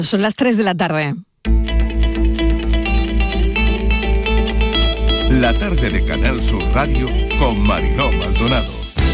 Son las 3 de la tarde. La tarde de Canal Sur Radio con Mariló Maldonado.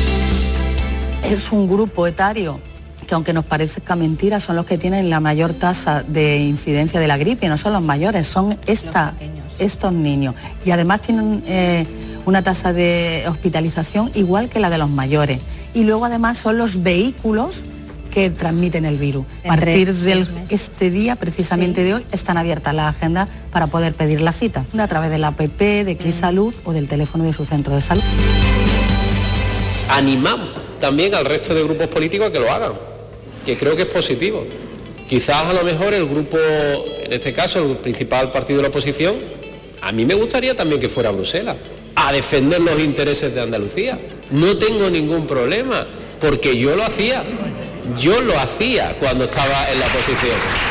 Es un grupo etario que, aunque nos parezca mentira, son los que tienen la mayor tasa de incidencia de la gripe. No son los mayores, son estos niños. Y además tienen una tasa de hospitalización igual que la de los mayores. Y luego además son los vehículos que transmiten el virus. A partir de este día, precisamente de hoy, están abiertas las agendas para poder pedir la cita a través de la app de ClíSalud o del teléfono de su centro de salud. Animamos también al resto de grupos políticos a que lo hagan, que creo que es positivo. Quizás a lo mejor el grupo, en este caso el principal partido de la oposición, a mí me gustaría también que fuera a Bruselas a defender los intereses de Andalucía. No tengo ningún problema, porque yo lo hacía cuando estaba en la oposición.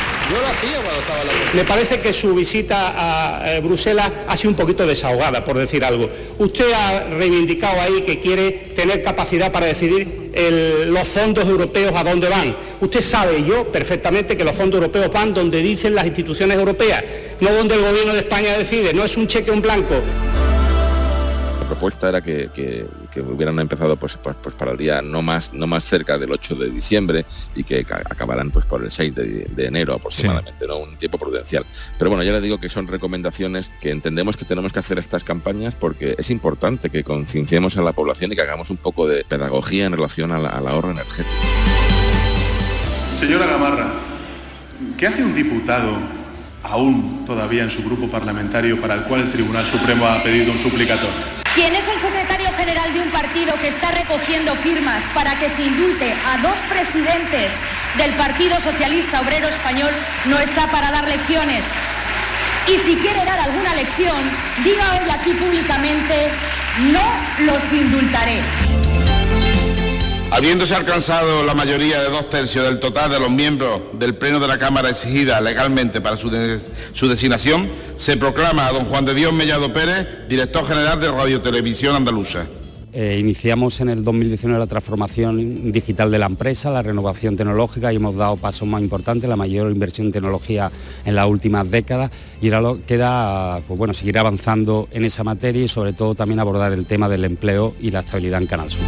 Me parece que su visita a Bruselas ha sido un poquito desahogada, por decir algo. Usted ha reivindicado ahí que quiere tener capacidad para decidir los fondos europeos a dónde van. Usted sabe, yo perfectamente, que los fondos europeos van donde dicen las instituciones europeas, no donde el gobierno de España decide, no es un cheque en blanco. La propuesta era que hubieran empezado pues para el día no más cerca del 8 de diciembre y que acabarán pues por el 6 de enero aproximadamente, sí. ¿No? Un tiempo prudencial. Pero bueno, ya le digo que son recomendaciones que entendemos que tenemos que hacer estas campañas porque es importante que concienciemos a la población y que hagamos un poco de pedagogía en relación al ahorro energético. Señora Gamarra, ¿qué hace un diputado aún todavía en su grupo parlamentario para el cual el Tribunal Supremo ha pedido un suplicatorio? ¿Quién es el secretario general de un partido que está recogiendo firmas para que se indulte a dos presidentes del Partido Socialista Obrero Español? No está para dar lecciones. Y si quiere dar alguna lección, diga hoy aquí públicamente: no los indultaré. Habiéndose alcanzado la mayoría de 2/3 del total de los miembros del Pleno de la Cámara exigida legalmente para su designación, se proclama a don Juan de Dios Mellado Pérez, director general de Radio Televisión Andaluza. Iniciamos en el 2019 la transformación digital de la empresa, la renovación tecnológica, y hemos dado pasos más importantes, la mayor inversión en tecnología en las últimas décadas, y ahora queda seguir avanzando en esa materia y sobre todo también abordar el tema del empleo y la estabilidad en Canal Sur.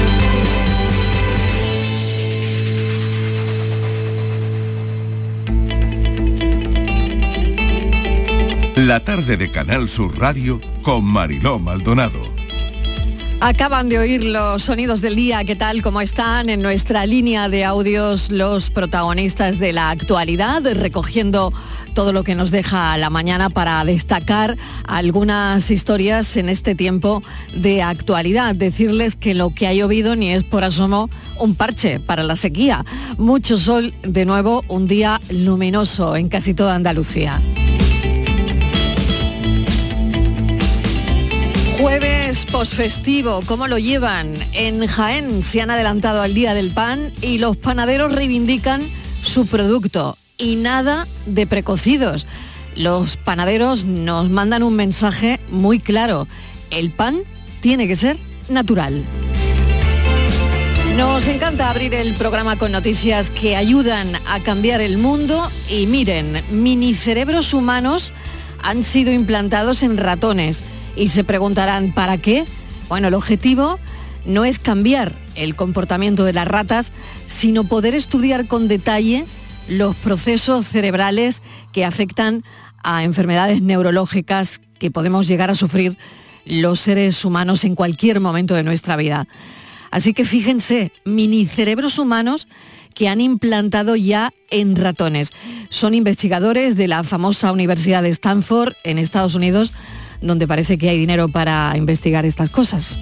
La tarde de Canal Sur Radio con Mariló Maldonado. Acaban de oír los sonidos del día. ¿Qué tal? ¿Cómo están? En nuestra línea de audios, los protagonistas de la actualidad, recogiendo todo lo que nos deja la mañana para destacar algunas historias en este tiempo de actualidad. Decirles que lo que ha llovido ni es por asomo un parche para la sequía. Mucho sol, de nuevo, un día luminoso en casi toda Andalucía. Jueves posfestivo, ¿cómo lo llevan? En Jaén se han adelantado al Día del Pan y los panaderos reivindican su producto. Y nada de precocidos. Los panaderos nos mandan un mensaje muy claro: el pan tiene que ser natural. Nos encanta abrir el programa con noticias que ayudan a cambiar el mundo. Y miren, minicerebros humanos han sido implantados en ratones. Y se preguntarán, ¿para qué? Bueno, el objetivo no es cambiar el comportamiento de las ratas, sino poder estudiar con detalle los procesos cerebrales que afectan a enfermedades neurológicas que podemos llegar a sufrir los seres humanos en cualquier momento de nuestra vida. Así que fíjense, minicerebros humanos que han implantado ya en ratones. Son investigadores de la famosa Universidad de Stanford en Estados Unidos, donde parece que hay dinero para investigar estas cosas.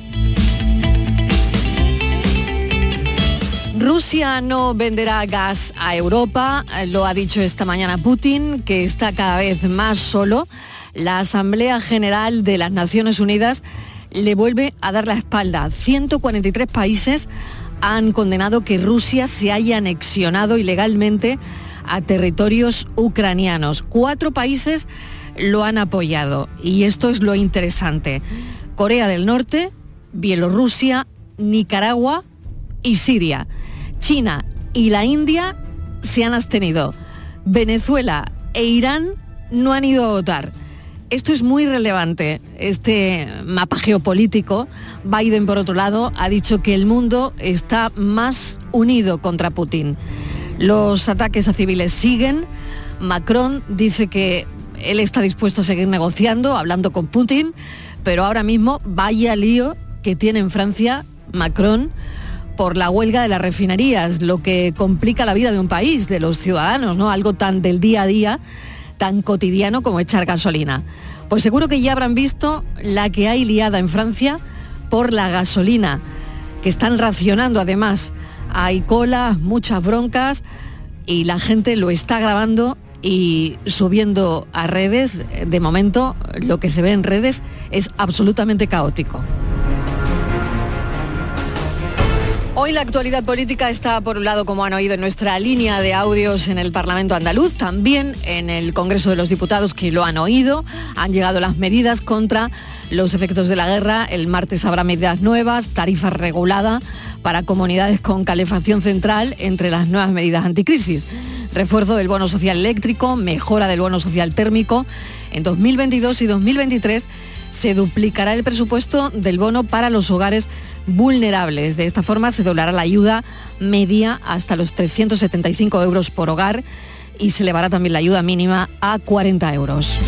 Rusia no venderá gas a Europa, lo ha dicho esta mañana Putin, que está cada vez más solo. La Asamblea General de las Naciones Unidas le vuelve a dar la espalda. 143 países han condenado que Rusia se haya anexionado ilegalmente a territorios ucranianos. 4 países lo han apoyado, y esto es lo interesante: Corea del Norte, Bielorrusia, Nicaragua y Siria. China y la India se han abstenido, Venezuela e Irán no han ido a votar. Esto es muy relevante, este mapa geopolítico. Biden, por otro lado, ha dicho que el mundo está más unido contra Putin. Los ataques a civiles siguen. Macron dice que él está dispuesto a seguir negociando, hablando con Putin, pero ahora mismo vaya lío que tiene en Francia Macron por la huelga de las refinerías, lo que complica la vida de un país, de los ciudadanos, ¿no? Algo tan del día a día, tan cotidiano como echar gasolina. Pues seguro que ya habrán visto la que hay liada en Francia por la gasolina, que están racionando además. Hay cola, muchas broncas y la gente lo está grabando y subiendo a redes. De momento, lo que se ve en redes es absolutamente caótico. Hoy la actualidad política está, por un lado, como han oído, en nuestra línea de audios en el Parlamento andaluz, también en el Congreso de los Diputados, que lo han oído. Han llegado las medidas contra los efectos de la guerra. El martes habrá medidas nuevas, tarifa regulada para comunidades con calefacción central, entre las nuevas medidas anticrisis. Refuerzo del bono social eléctrico, mejora del bono social térmico. En 2022 y 2023 se duplicará el presupuesto del bono para los hogares vulnerables. De esta forma se doblará la ayuda media hasta los 375 euros por hogar y se elevará también la ayuda mínima a 40 euros.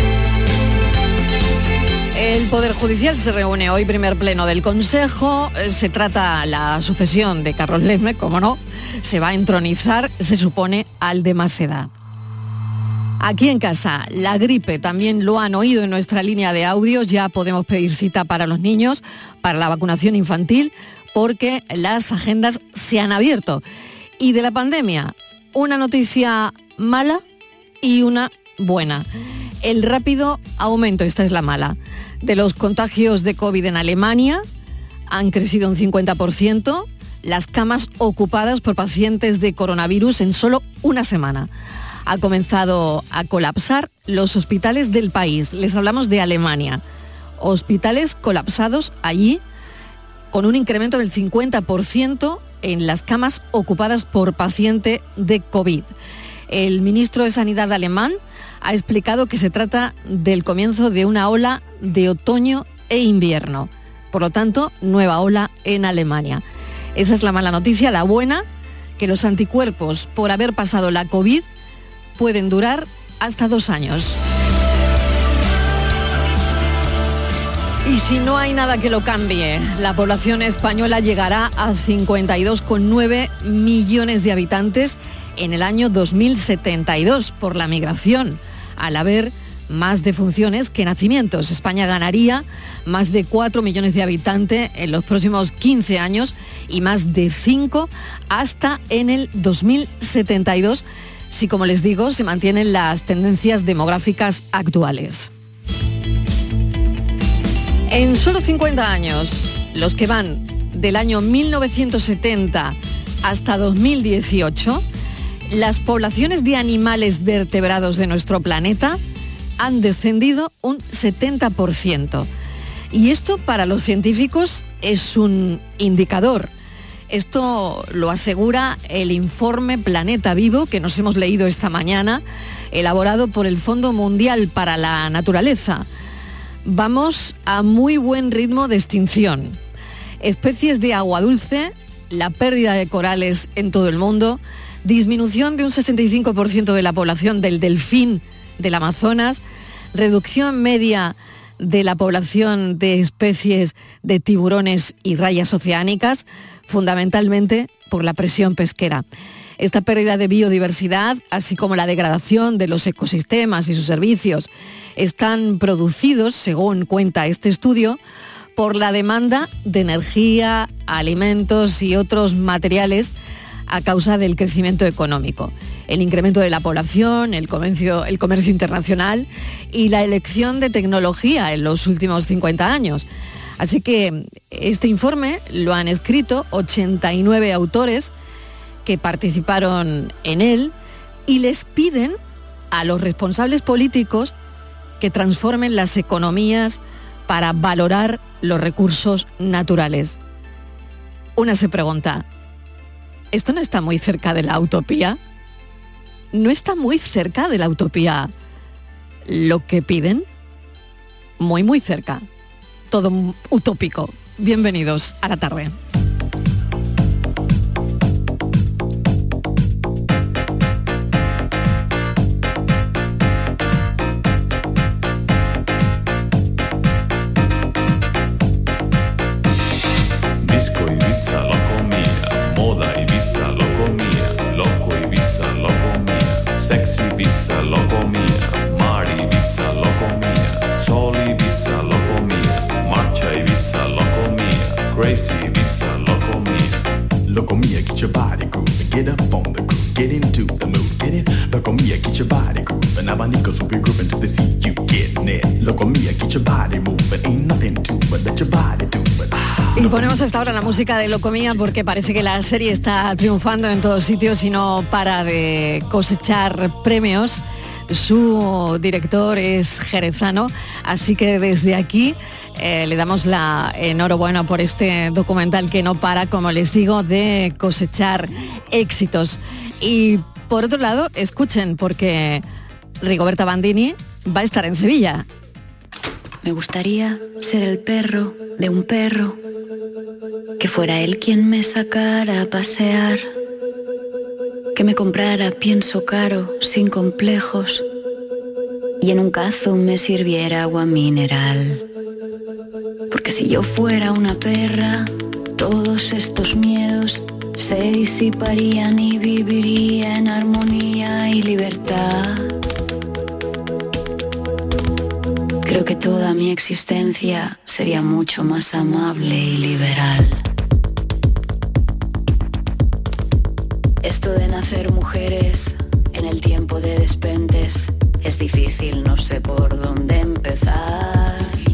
El Poder Judicial se reúne hoy, primer pleno del Consejo. Se trata la sucesión de Carlos Lesmes, como no, se va a entronizar, se supone, al de más edad. Aquí en casa, la gripe, también lo han oído en nuestra línea de audios, ya podemos pedir cita para los niños, para la vacunación infantil, porque las agendas se han abierto. Y de la pandemia, una noticia mala y una buena. El rápido aumento, esta es la mala, de los contagios de COVID en Alemania han crecido un 50%, las camas ocupadas por pacientes de coronavirus en solo una semana. Ha comenzado a colapsar los hospitales del país. Les hablamos de Alemania. Hospitales colapsados allí con un incremento del 50% en las camas ocupadas por paciente de COVID. El ministro de Sanidad alemán ha explicado que se trata del comienzo de una ola de otoño e invierno. Por lo tanto, nueva ola en Alemania. Esa es la mala noticia. La buena, que los anticuerpos por haber pasado la COVID pueden durar hasta 2 años. Y si no hay nada que lo cambie, la población española llegará a 52,9 millones de habitantes en el año 2072 por la migración, al haber más defunciones que nacimientos. España ganaría más de 4 millones de habitantes en los próximos 15 años y más de 5 hasta en el 2072, si, como les digo, se mantienen las tendencias demográficas actuales. En solo 50 años, los que van del año 1970 hasta 2018, las poblaciones de animales vertebrados de nuestro planeta han descendido un 70%. Y esto para los científicos es un indicador. Esto lo asegura el informe Planeta Vivo que nos hemos leído esta mañana, elaborado por el Fondo Mundial para la Naturaleza. Vamos a muy buen ritmo de extinción. Especies de agua dulce, la pérdida de corales en todo el mundo, disminución de un 65% de la población del delfín del Amazonas, reducción media de la población de especies de tiburones y rayas oceánicas, fundamentalmente por la presión pesquera. Esta pérdida de biodiversidad, así como la degradación de los ecosistemas y sus servicios, están producidos, según cuenta este estudio, por la demanda de energía, alimentos y otros materiales a causa del crecimiento económico, el incremento de la población, el comercio internacional y la elección de tecnología en los últimos 50 años. Así que este informe lo han escrito 89 autores que participaron en él y les piden a los responsables políticos que transformen las economías para valorar los recursos naturales. Una se pregunta, ¿esto no está muy cerca de la utopía? ¿No está muy cerca de la utopía lo que piden? Muy, muy cerca. Todo utópico. Bienvenidos a la tarde. Y ponemos hasta ahora la música de Locomía porque parece que la serie está triunfando en todos sitios y no para de cosechar premios. Su director es jerezano, así que desde aquí le damos la enhorabuena por este documental que no para, como les digo, de cosechar éxitos. Y por otro lado, escuchen, porque Rigoberta Bandini va a estar en Sevilla. Me gustaría ser el perro de un perro, que fuera él quien me sacara a pasear, que me comprara pienso caro, sin complejos, y en un cazo me sirviera agua mineral. Porque si yo fuera una perra, todos estos miedos se disiparían y viviría en armonía y libertad. Creo que toda mi existencia sería mucho más amable y liberal. Esto de nacer mujeres en el tiempo de despentes es difícil, no sé por dónde empezar.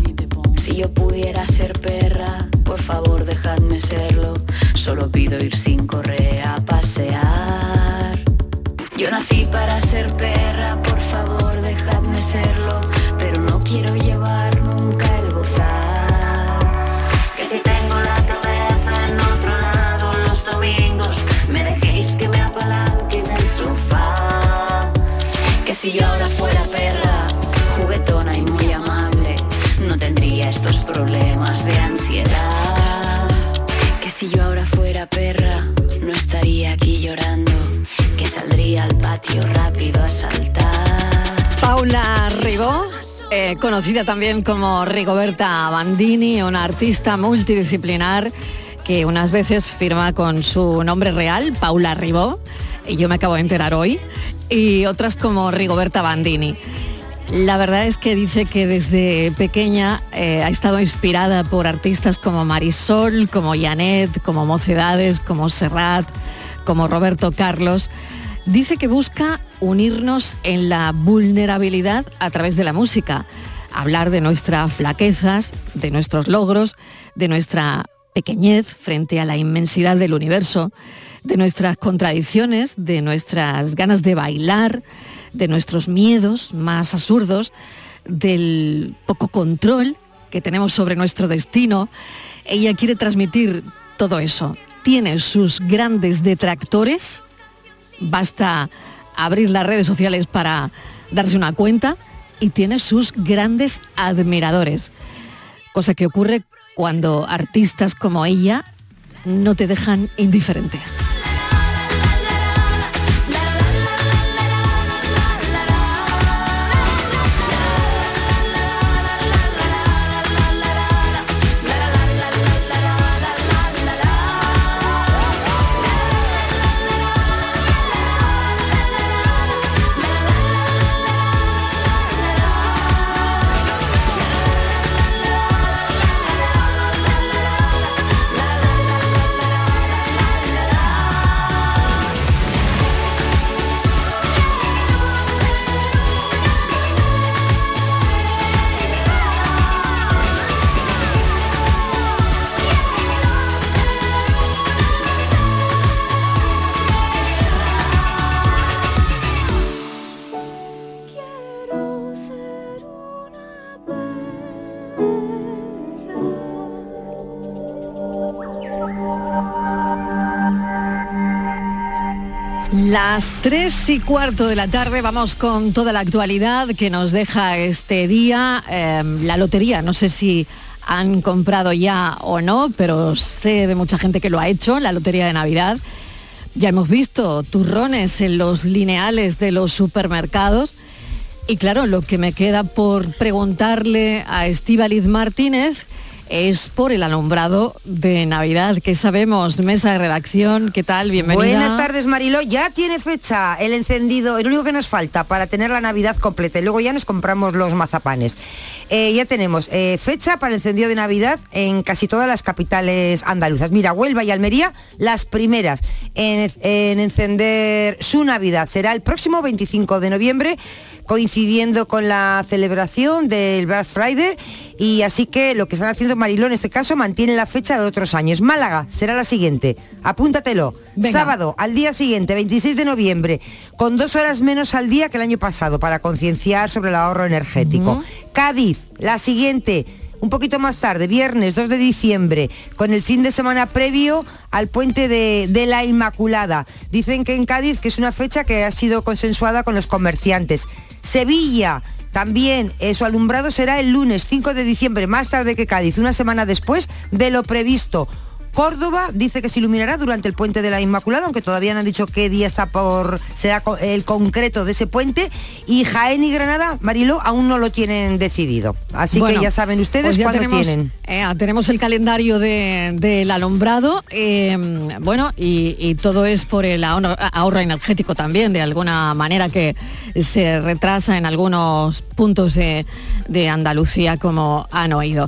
Si yo pudiera ser perra, por favor dejadme serlo. Solo pido ir sin correa a pasear. Yo nací para ser perra, por favor dejadme serlo. Pero no quiero llevar nunca el bozal. Que si tengo la cabeza en otro lado los domingos, me dejéis que me apalanque en el sofá. Que si yo ahora fuera perra, juguetona y muy amable, no tendría estos problemas de ansiedad. Que si yo ahora fuera perra, no estaría aquí llorando, que saldría al patio rápido a saltar. Paula Ribó, conocida también como Rigoberta Bandini, una artista multidisciplinar que unas veces firma con su nombre real, Paula Ribó, y yo me acabo de enterar hoy, y otras como Rigoberta Bandini. La verdad es que dice que desde pequeña ha estado inspirada por artistas como Marisol, como Janet, como Mocedades, como Serrat, como Roberto Carlos. Dice que busca unirnos en la vulnerabilidad a través de la música, hablar de nuestras flaquezas, de nuestros logros, de nuestra pequeñez frente a la inmensidad del universo, de nuestras contradicciones, de nuestras ganas de bailar, de nuestros miedos más absurdos, del poco control que tenemos sobre nuestro destino. Ella quiere transmitir todo eso. Tiene sus grandes detractores, basta abrir las redes sociales para darse una cuenta, y tiene sus grandes admiradores, cosa que ocurre cuando artistas como ella no te dejan indiferente. Las 3:15 de la tarde, vamos con toda la actualidad que nos deja este día. La lotería, no sé si han comprado ya o no, pero sé de mucha gente que lo ha hecho, la lotería de Navidad. Ya hemos visto turrones en los lineales de los supermercados. Y claro, lo que me queda por preguntarle a Estíbaliz Martínez es por el alumbrado de Navidad. ¿Qué sabemos? Mesa de redacción, ¿qué tal? Bienvenida. Buenas tardes, Mariló. Ya tiene fecha el encendido, el único que nos falta para tener la Navidad completa. Y luego ya nos compramos los mazapanes. Ya tenemos fecha para el encendido de Navidad en casi todas las capitales andaluzas. Mira, Huelva y Almería, las primeras en encender su Navidad. Será el próximo 25 de noviembre, coincidiendo con la celebración del Black Friday, y así que lo que están haciendo, Mariló, en este caso mantiene la fecha de otros años. Málaga será la siguiente, apúntatelo. Venga. Sábado, al día siguiente, 26 de noviembre, con 2 horas menos al día que el año pasado, para concienciar sobre el ahorro energético. Cádiz, la siguiente, un poquito más tarde, viernes 2 de diciembre, con el fin de semana previo al puente de la Inmaculada. Dicen que en Cádiz, que es una fecha que ha sido consensuada con los comerciantes. Sevilla, también su alumbrado será el lunes 5 de diciembre, más tarde que Cádiz, una semana después de lo previsto. Córdoba dice que se iluminará durante el puente de la Inmaculada, aunque todavía no han dicho qué día será el concreto de ese puente. Y Jaén y Granada, Mariló, aún no lo tienen decidido. Así que ya saben ustedes pues cuándo tienen. Tenemos el calendario del alumbrado, y todo es por el ahorro energético también, de alguna manera, que se retrasa en algunos puntos de Andalucía, como han oído.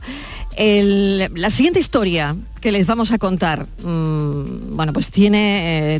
La siguiente historia que les vamos a contar, pues tiene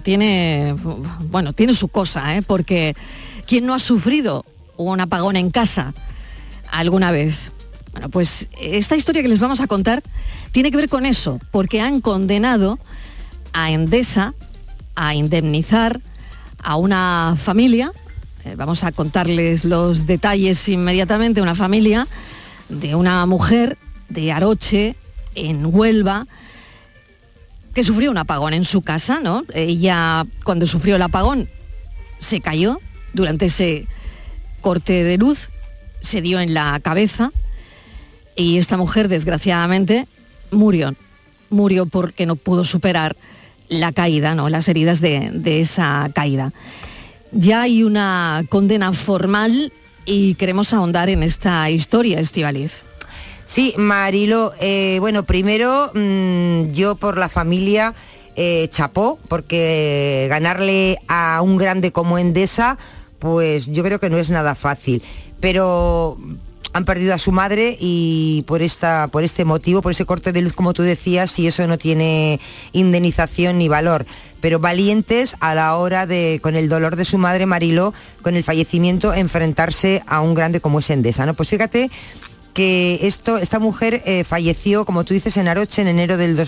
su cosa, porque ¿quién no ha sufrido un apagón en casa alguna vez? Bueno, pues esta historia que les vamos a contar tiene que ver con eso, porque han condenado a Endesa a indemnizar a una familia. Vamos a contarles los detalles inmediatamente. Una familia de una mujer de Aroche, en Huelva, que sufrió un apagón en su casa, ¿no? Ella, cuando sufrió el apagón, se cayó durante ese corte de luz, se dio en la cabeza, y esta mujer, desgraciadamente, murió porque no pudo superar la caída, ¿no? Las heridas de esa caída. Ya hay una condena formal y queremos ahondar en esta historia, Estíbaliz. Sí, Mariló, primero yo por la familia chapó, porque ganarle a un grande como Endesa, pues yo creo que no es nada fácil, pero han perdido a su madre, y por este motivo, por ese corte de luz, como tú decías, y eso no tiene indemnización ni valor. Pero valientes a la hora de, con el dolor de su madre, Mariló, con el fallecimiento, enfrentarse a un grande como es Endesa, ¿no? Pues fíjate que esta mujer falleció, como tú dices, en Aroche en enero del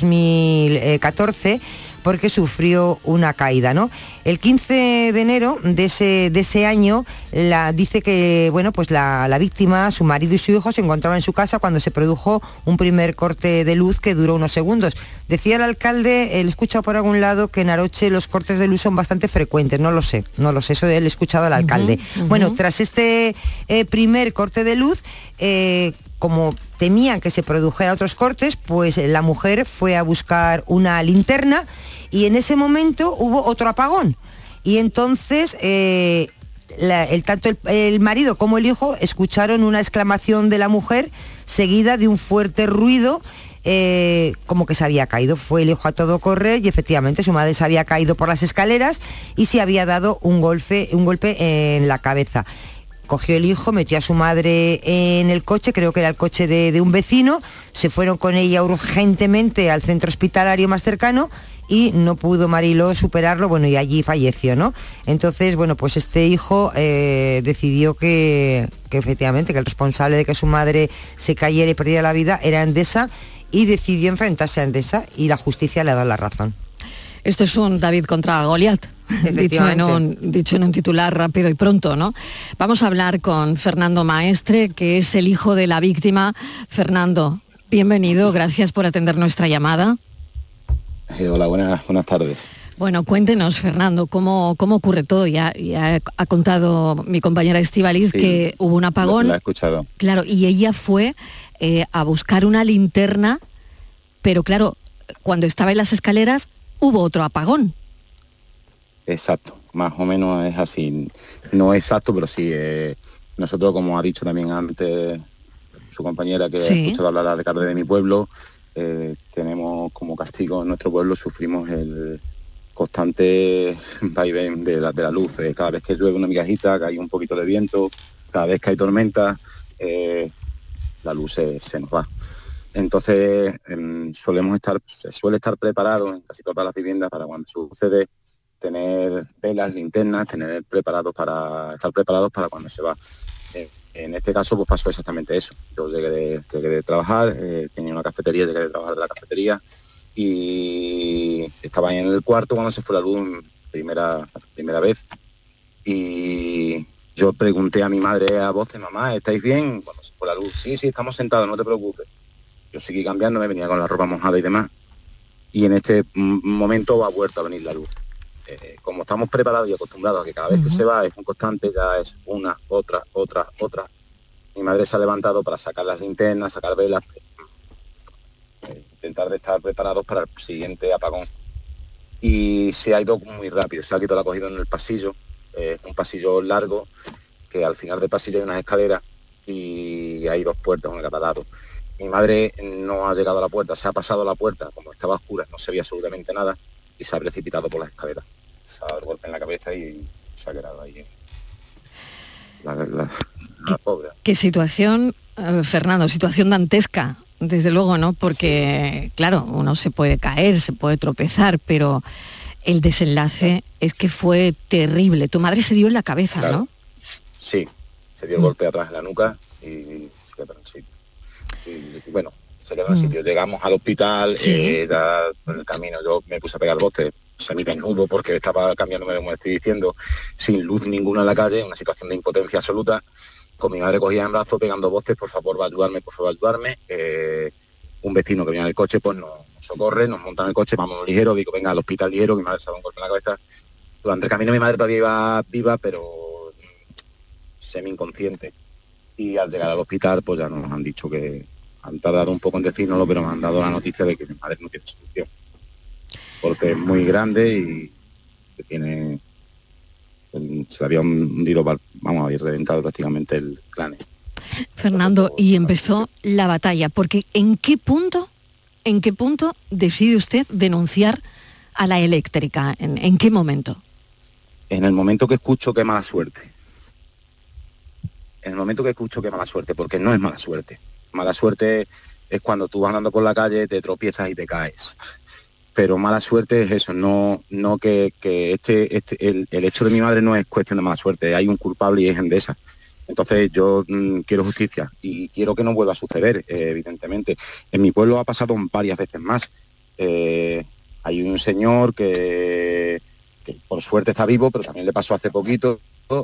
2014, porque sufrió una caída, ¿no? El 15 de enero de ese año, dice que, la víctima, su marido y su hijo, se encontraban en su casa cuando se produjo un primer corte de luz que duró unos segundos. Decía el alcalde, he escuchado por algún lado, que en Aroche los cortes de luz son bastante frecuentes. No lo sé, eso he escuchado al alcalde. Bueno, tras este primer corte de luz, como temían que se produjeran otros cortes, pues la mujer fue a buscar una linterna, y en ese momento hubo otro apagón. Y entonces tanto el marido como el hijo escucharon una exclamación de la mujer, seguida de un fuerte ruido, como que se había caído. Fue el hijo a todo correr, y efectivamente su madre se había caído por las escaleras y se había dado un golpe en la cabeza. Cogió el hijo, metió a su madre en el coche, creo que era el coche de un vecino, se fueron con ella urgentemente al centro hospitalario más cercano, y no pudo Mariló superarlo, y allí falleció, ¿no? Entonces, pues este hijo decidió que efectivamente, que el responsable de que su madre se cayera y perdiera la vida era Endesa, y decidió enfrentarse a Endesa, y la justicia le ha dado la razón. Esto es un David contra Goliat, dicho en un titular rápido y pronto, ¿no? Vamos a hablar con Fernando Maestre, que es el hijo de la víctima. Fernando, bienvenido, gracias por atender nuestra llamada. Hola, buenas tardes. Bueno, cuéntenos, Fernando, cómo ocurre todo. Ya ha contado mi compañera Estíbaliz que hubo un apagón. Lo he escuchado. Claro, y ella fue a buscar una linterna, pero claro, cuando estaba en las escaleras hubo otro apagón. Exacto, más o menos es así. No exacto, pero sí. Nosotros, como ha dicho también antes su compañera, que ha escuchado hablar de Carde de mi pueblo, tenemos como castigo en nuestro pueblo, sufrimos el constante vaivén de la luz. Cada vez que llueve una migajita, que hay un poquito de viento, cada vez que hay tormenta, la luz se nos va. Entonces se suele estar preparado en casi todas las viviendas para cuando sucede, tener velas, linternas, estar preparados para cuando se va. En este caso pues pasó exactamente eso. Yo llegué de trabajar, tenía una cafetería, llegué de trabajar de la cafetería y estaba ahí en el cuarto cuando se fue la luz primera vez. Y yo pregunté a mi madre a voces: mamá, ¿estáis bien? Cuando se fue la luz, sí, estamos sentados, no te preocupes. Yo seguí cambiando, me venía con la ropa mojada y demás. Y en este momento ha vuelto a venir la luz. Como estamos preparados y acostumbrados a que cada vez que se va es un constante, ya es una, otra. Mi madre se ha levantado para sacar las linternas, sacar velas, intentar de estar preparados para el siguiente apagón. Y se ha ido muy rápido, se ha quitado la cogida en el pasillo, un pasillo largo, que al final del pasillo hay unas escaleras y hay 2 puertas, una a cada lado. Mi madre no ha llegado a la puerta, se ha pasado la puerta, como estaba oscura, no se veía absolutamente nada, y se ha precipitado por las escaleras. Se ha dado el golpe en la cabeza y se ha quedado ahí. La pobre. Qué situación, Fernando, situación dantesca, desde luego, ¿no? Porque, claro, uno se puede caer, se puede tropezar, pero el desenlace es que fue terrible. Tu madre se dio en la cabeza, claro, ¿no? Sí, se dio el golpe atrás en la nuca y se quedó en el sitio. Y bueno, se quedó en el sitio. Llegamos al hospital, ya en el camino yo me puse a pegar voces, semidesnudo, porque estaba cambiándome, como estoy diciendo, sin luz ninguna en la calle, una situación de impotencia absoluta, con mi madre cogida en brazos, pegando voces: por favor, va a ayudarme, por favor, va a ayudarme. Un vecino que viene en el coche, pues nos socorre, nos monta en el coche, vamos ligero, digo, venga al hospital ligero, mi madre se ha dado un golpe en la cabeza. Durante el camino mi madre todavía iba viva, pero semi-inconsciente. Y al llegar al hospital, pues ya nos han dicho que han tardado un poco en decírnoslo, pero me han dado la noticia de que mi madre no tiene solución, porque es muy grande y que tiene, se le había hundido, vamos a haber reventado prácticamente el cráneo. Fernando, y empezó la batalla, porque ¿en qué punto decide usted denunciar a la eléctrica? ¿En qué momento? En el momento que escucho que mala suerte. En el momento que escucho que mala suerte, porque no es mala suerte. Mala suerte es cuando tú vas andando por la calle, te tropiezas y te caes. Pero mala suerte es eso, no que el hecho de mi madre no es cuestión de mala suerte, hay un culpable y es Endesa. Entonces yo quiero justicia y quiero que no vuelva a suceder, evidentemente. En mi pueblo ha pasado varias veces más. Hay un señor que por suerte está vivo, pero también le pasó hace poquito,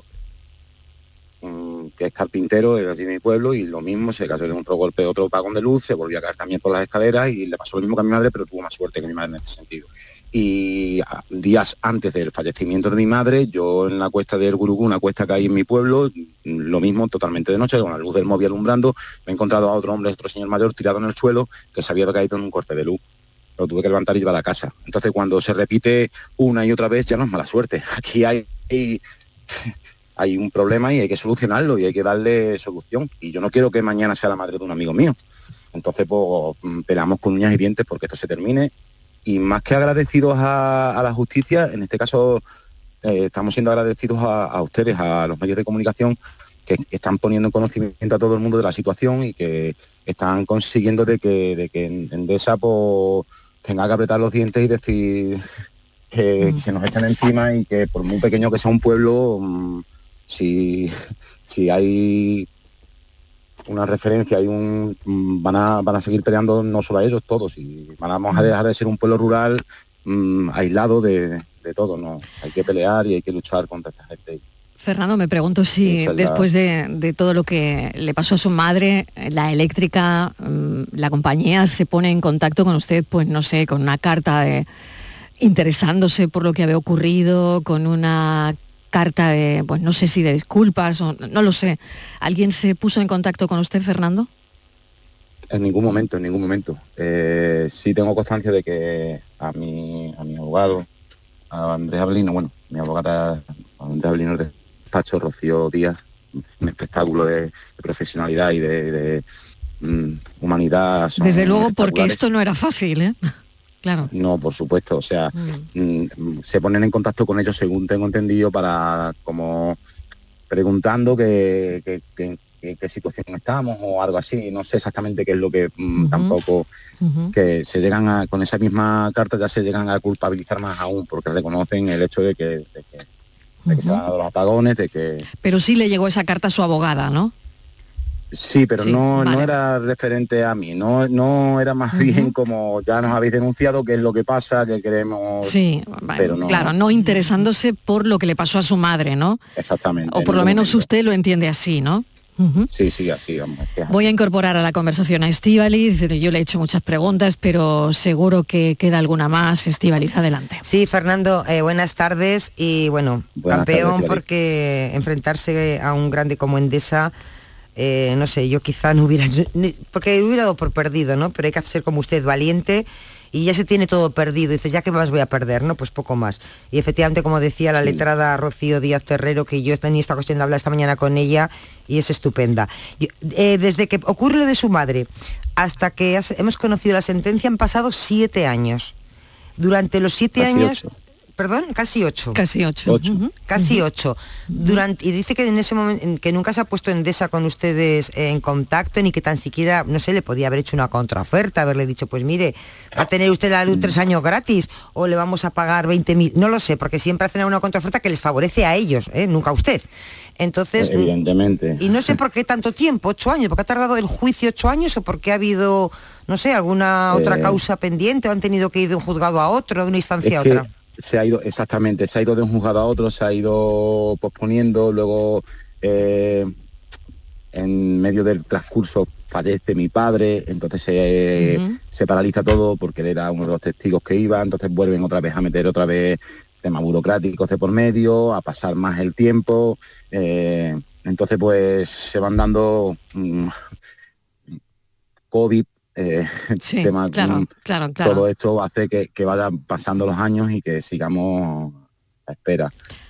que es carpintero de allí de mi pueblo, y lo mismo, se cayó de un golpe, otro apagón de luz, se volvió a caer también por las escaleras y le pasó lo mismo que a mi madre, pero tuvo más suerte que mi madre en este sentido. Y días antes del fallecimiento de mi madre, yo en la cuesta del Gurugú, una cuesta que hay en mi pueblo, lo mismo, totalmente de noche, con la luz del móvil alumbrando, me he encontrado a otro señor mayor tirado en el suelo, que se había caído en un corte de luz. Lo tuve que levantar y llevar a la casa. Entonces cuando se repite una y otra vez, ya no es mala suerte. Aquí hay un problema y hay que solucionarlo y hay que darle solución. Y yo no quiero que mañana sea la madre de un amigo mío. Entonces, pues, peleamos con uñas y dientes porque esto se termine. Y más que agradecidos a la justicia, en este caso estamos siendo agradecidos a ustedes, a los medios de comunicación, que están poniendo en conocimiento a todo el mundo de la situación y que están consiguiendo de que Endesa pues, tenga que apretar los dientes y decir que se nos echan encima y que por muy pequeño que sea un pueblo, si hay una referencia, van a seguir peleando no solo a ellos, todos, y vamos a dejar de ser un pueblo rural aislado de todo, ¿no? Hay que pelear y hay que luchar contra esta gente. Fernando, me pregunto si después de todo lo que le pasó a su madre, la eléctrica, la compañía se pone en contacto con usted, pues no sé, con una carta interesándose por lo que había ocurrido, con una carta de, pues no sé si de disculpas o no lo sé. ¿Alguien se puso en contacto con usted, Fernando? En ningún momento. Sí tengo constancia de que a mi abogado, a Andrés Avelino, bueno, mi abogada Andrés Avelino del despacho, Rocío Díaz, un espectáculo de profesionalidad y de humanidad. Desde luego, porque esto no era fácil, ¿eh? Claro. No, por supuesto, o sea, se ponen en contacto con ellos, según tengo entendido, para como preguntando qué situación estamos o algo así. No sé exactamente qué es lo que tampoco, que se llegan con esa misma carta ya se llegan a culpabilizar más aún, porque reconocen el hecho de que se han dado los apagones, de que... Pero sí le llegó esa carta a su abogada, ¿no? Sí, pero no era referente a mí, no era más bien como ya nos habéis denunciado, qué es lo que pasa, que queremos... Sí, pero no, claro, no interesándose por lo que le pasó a su madre, ¿no? Exactamente. O por lo menos usted lo entiende así, ¿no? Sí, así, vamos. Voy a incorporar a la conversación a Estíbaliz. Yo le he hecho muchas preguntas, pero seguro que queda alguna más. Estíbaliz, adelante. Sí, Fernando, buenas tardes. Y bueno, campeón, porque enfrentarse a un grande como Endesa, no sé, yo quizá no hubiera... Porque hubiera dado por perdido, ¿no? Pero hay que ser como usted, valiente, y ya se tiene todo perdido. Dices, ¿ya qué más voy a perder? ¿No? Pues poco más. Y efectivamente, como decía la letrada Rocío Díaz Terrero, que yo tenía esta cuestión de hablar esta mañana con ella, y es estupenda. Desde que ocurre lo de su madre hasta que hemos conocido la sentencia han pasado 7 años. Durante los 7 años... 8. Perdón, casi 8. Casi 8. Casi 8. Y dice que en ese momento, que nunca se ha puesto Endesa con ustedes en contacto, ni que tan siquiera, no sé, le podía haber hecho una contraoferta, haberle dicho, pues mire, va a tener usted la luz 3 años gratis, o le vamos a pagar 20.000, no lo sé, porque siempre hacen una contraoferta que les favorece a ellos, nunca a usted. Entonces, evidentemente. Y no sé por qué tanto tiempo, 8 años, porque ha tardado el juicio 8 años, o porque ha habido, no sé, alguna otra causa pendiente, o han tenido que ir de un juzgado a otro, de una instancia a otra. Se ha ido de un juzgado a otro, se ha ido posponiendo, luego en medio del transcurso fallece mi padre, entonces se paraliza todo porque él era uno de los testigos que iba, entonces vuelven otra vez a meter temas burocráticos de por medio, a pasar más el tiempo, entonces pues se van dando COVID, tema, claro. Todo esto hace que vayan pasando los años y que sigamos a espera.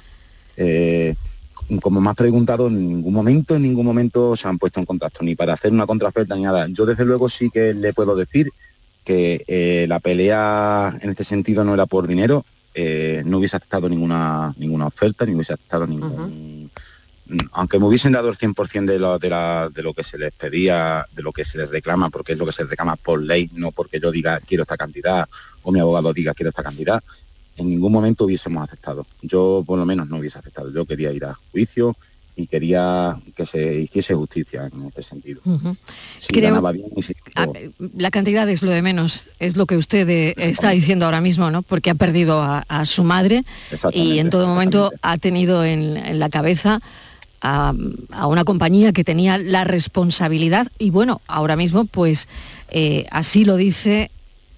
Como me has preguntado, en ningún momento se han puesto en contacto, ni para hacer una contraoferta ni nada. Yo desde luego sí que le puedo decir que la pelea en este sentido no era por dinero, no hubiese aceptado ninguna oferta, ni hubiese aceptado ningún... Aunque me hubiesen dado el 100% de lo que se les pedía, de lo que se les reclama, porque es lo que se les reclama por ley, no porque yo diga quiero esta cantidad o mi abogado diga quiero esta cantidad, en ningún momento hubiésemos aceptado. Yo por lo menos no hubiese aceptado. Yo quería ir a juicio y quería que se hiciese justicia en este sentido. Creo bien, la cantidad es lo de menos, es lo que usted está diciendo ahora mismo, ¿no? Porque ha perdido a su madre y en todo momento ha tenido en la cabeza a una compañía que tenía la responsabilidad y bueno, ahora mismo pues así lo dice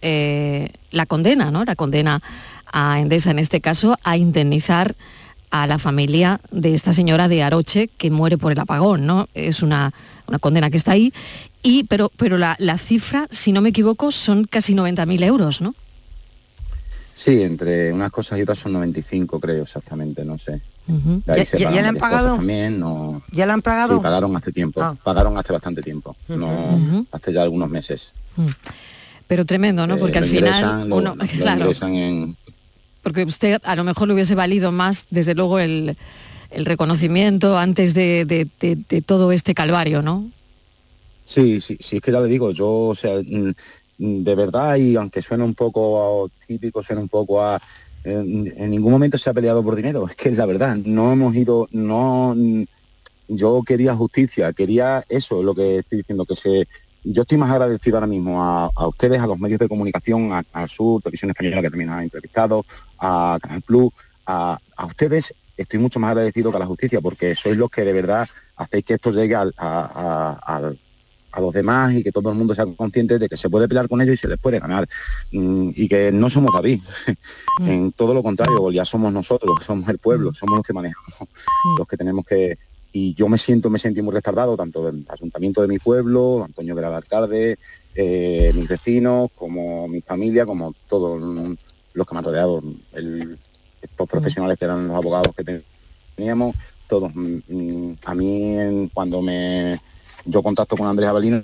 la condena, ¿no? La condena a Endesa en este caso a indemnizar a la familia de esta señora de Aroche que muere por el apagón, ¿no? Es una condena que está ahí, pero la cifra, si no me equivoco, son casi 90.000 euros, ¿no? Sí, entre unas cosas y otras son 95, creo, exactamente, no sé. ¿Ya le han pagado? También, no... ¿Ya le han pagado? Sí, pagaron hace tiempo, pagaron hace bastante tiempo, hace ya algunos meses. Pero tremendo, ¿no? Porque al final uno... claro. Ingresan en... Porque usted a lo mejor le hubiese valido más, desde luego, el reconocimiento antes de todo este calvario, ¿no? Sí, es que ya le digo, yo, o sea, de verdad, y aunque suene un poco típico, suene un poco a... En ningún momento se ha peleado por dinero, es que es la verdad, no hemos ido... Yo quería justicia, quería eso, lo que estoy diciendo, yo estoy más agradecido ahora mismo a ustedes, a los medios de comunicación, a Sur, Televisión Española, que también ha entrevistado, a Canal Plus, a ustedes estoy mucho más agradecido que a la justicia, porque sois los que de verdad hacéis que esto llegue a a los demás y que todo el mundo sea consciente de que se puede pelear con ellos y se les puede ganar, y que no somos David, en todo lo contrario, Goliat somos nosotros, somos el pueblo, somos los que manejamos, los que tenemos que... Y yo me sentí muy retardado, tanto del ayuntamiento de mi pueblo, Antonio que era el alcalde, mis vecinos, como mi familia, como todos los que me han rodeado, estos profesionales que eran los abogados que teníamos, todos. A mí, cuando yo contacto con Andrés Avelino...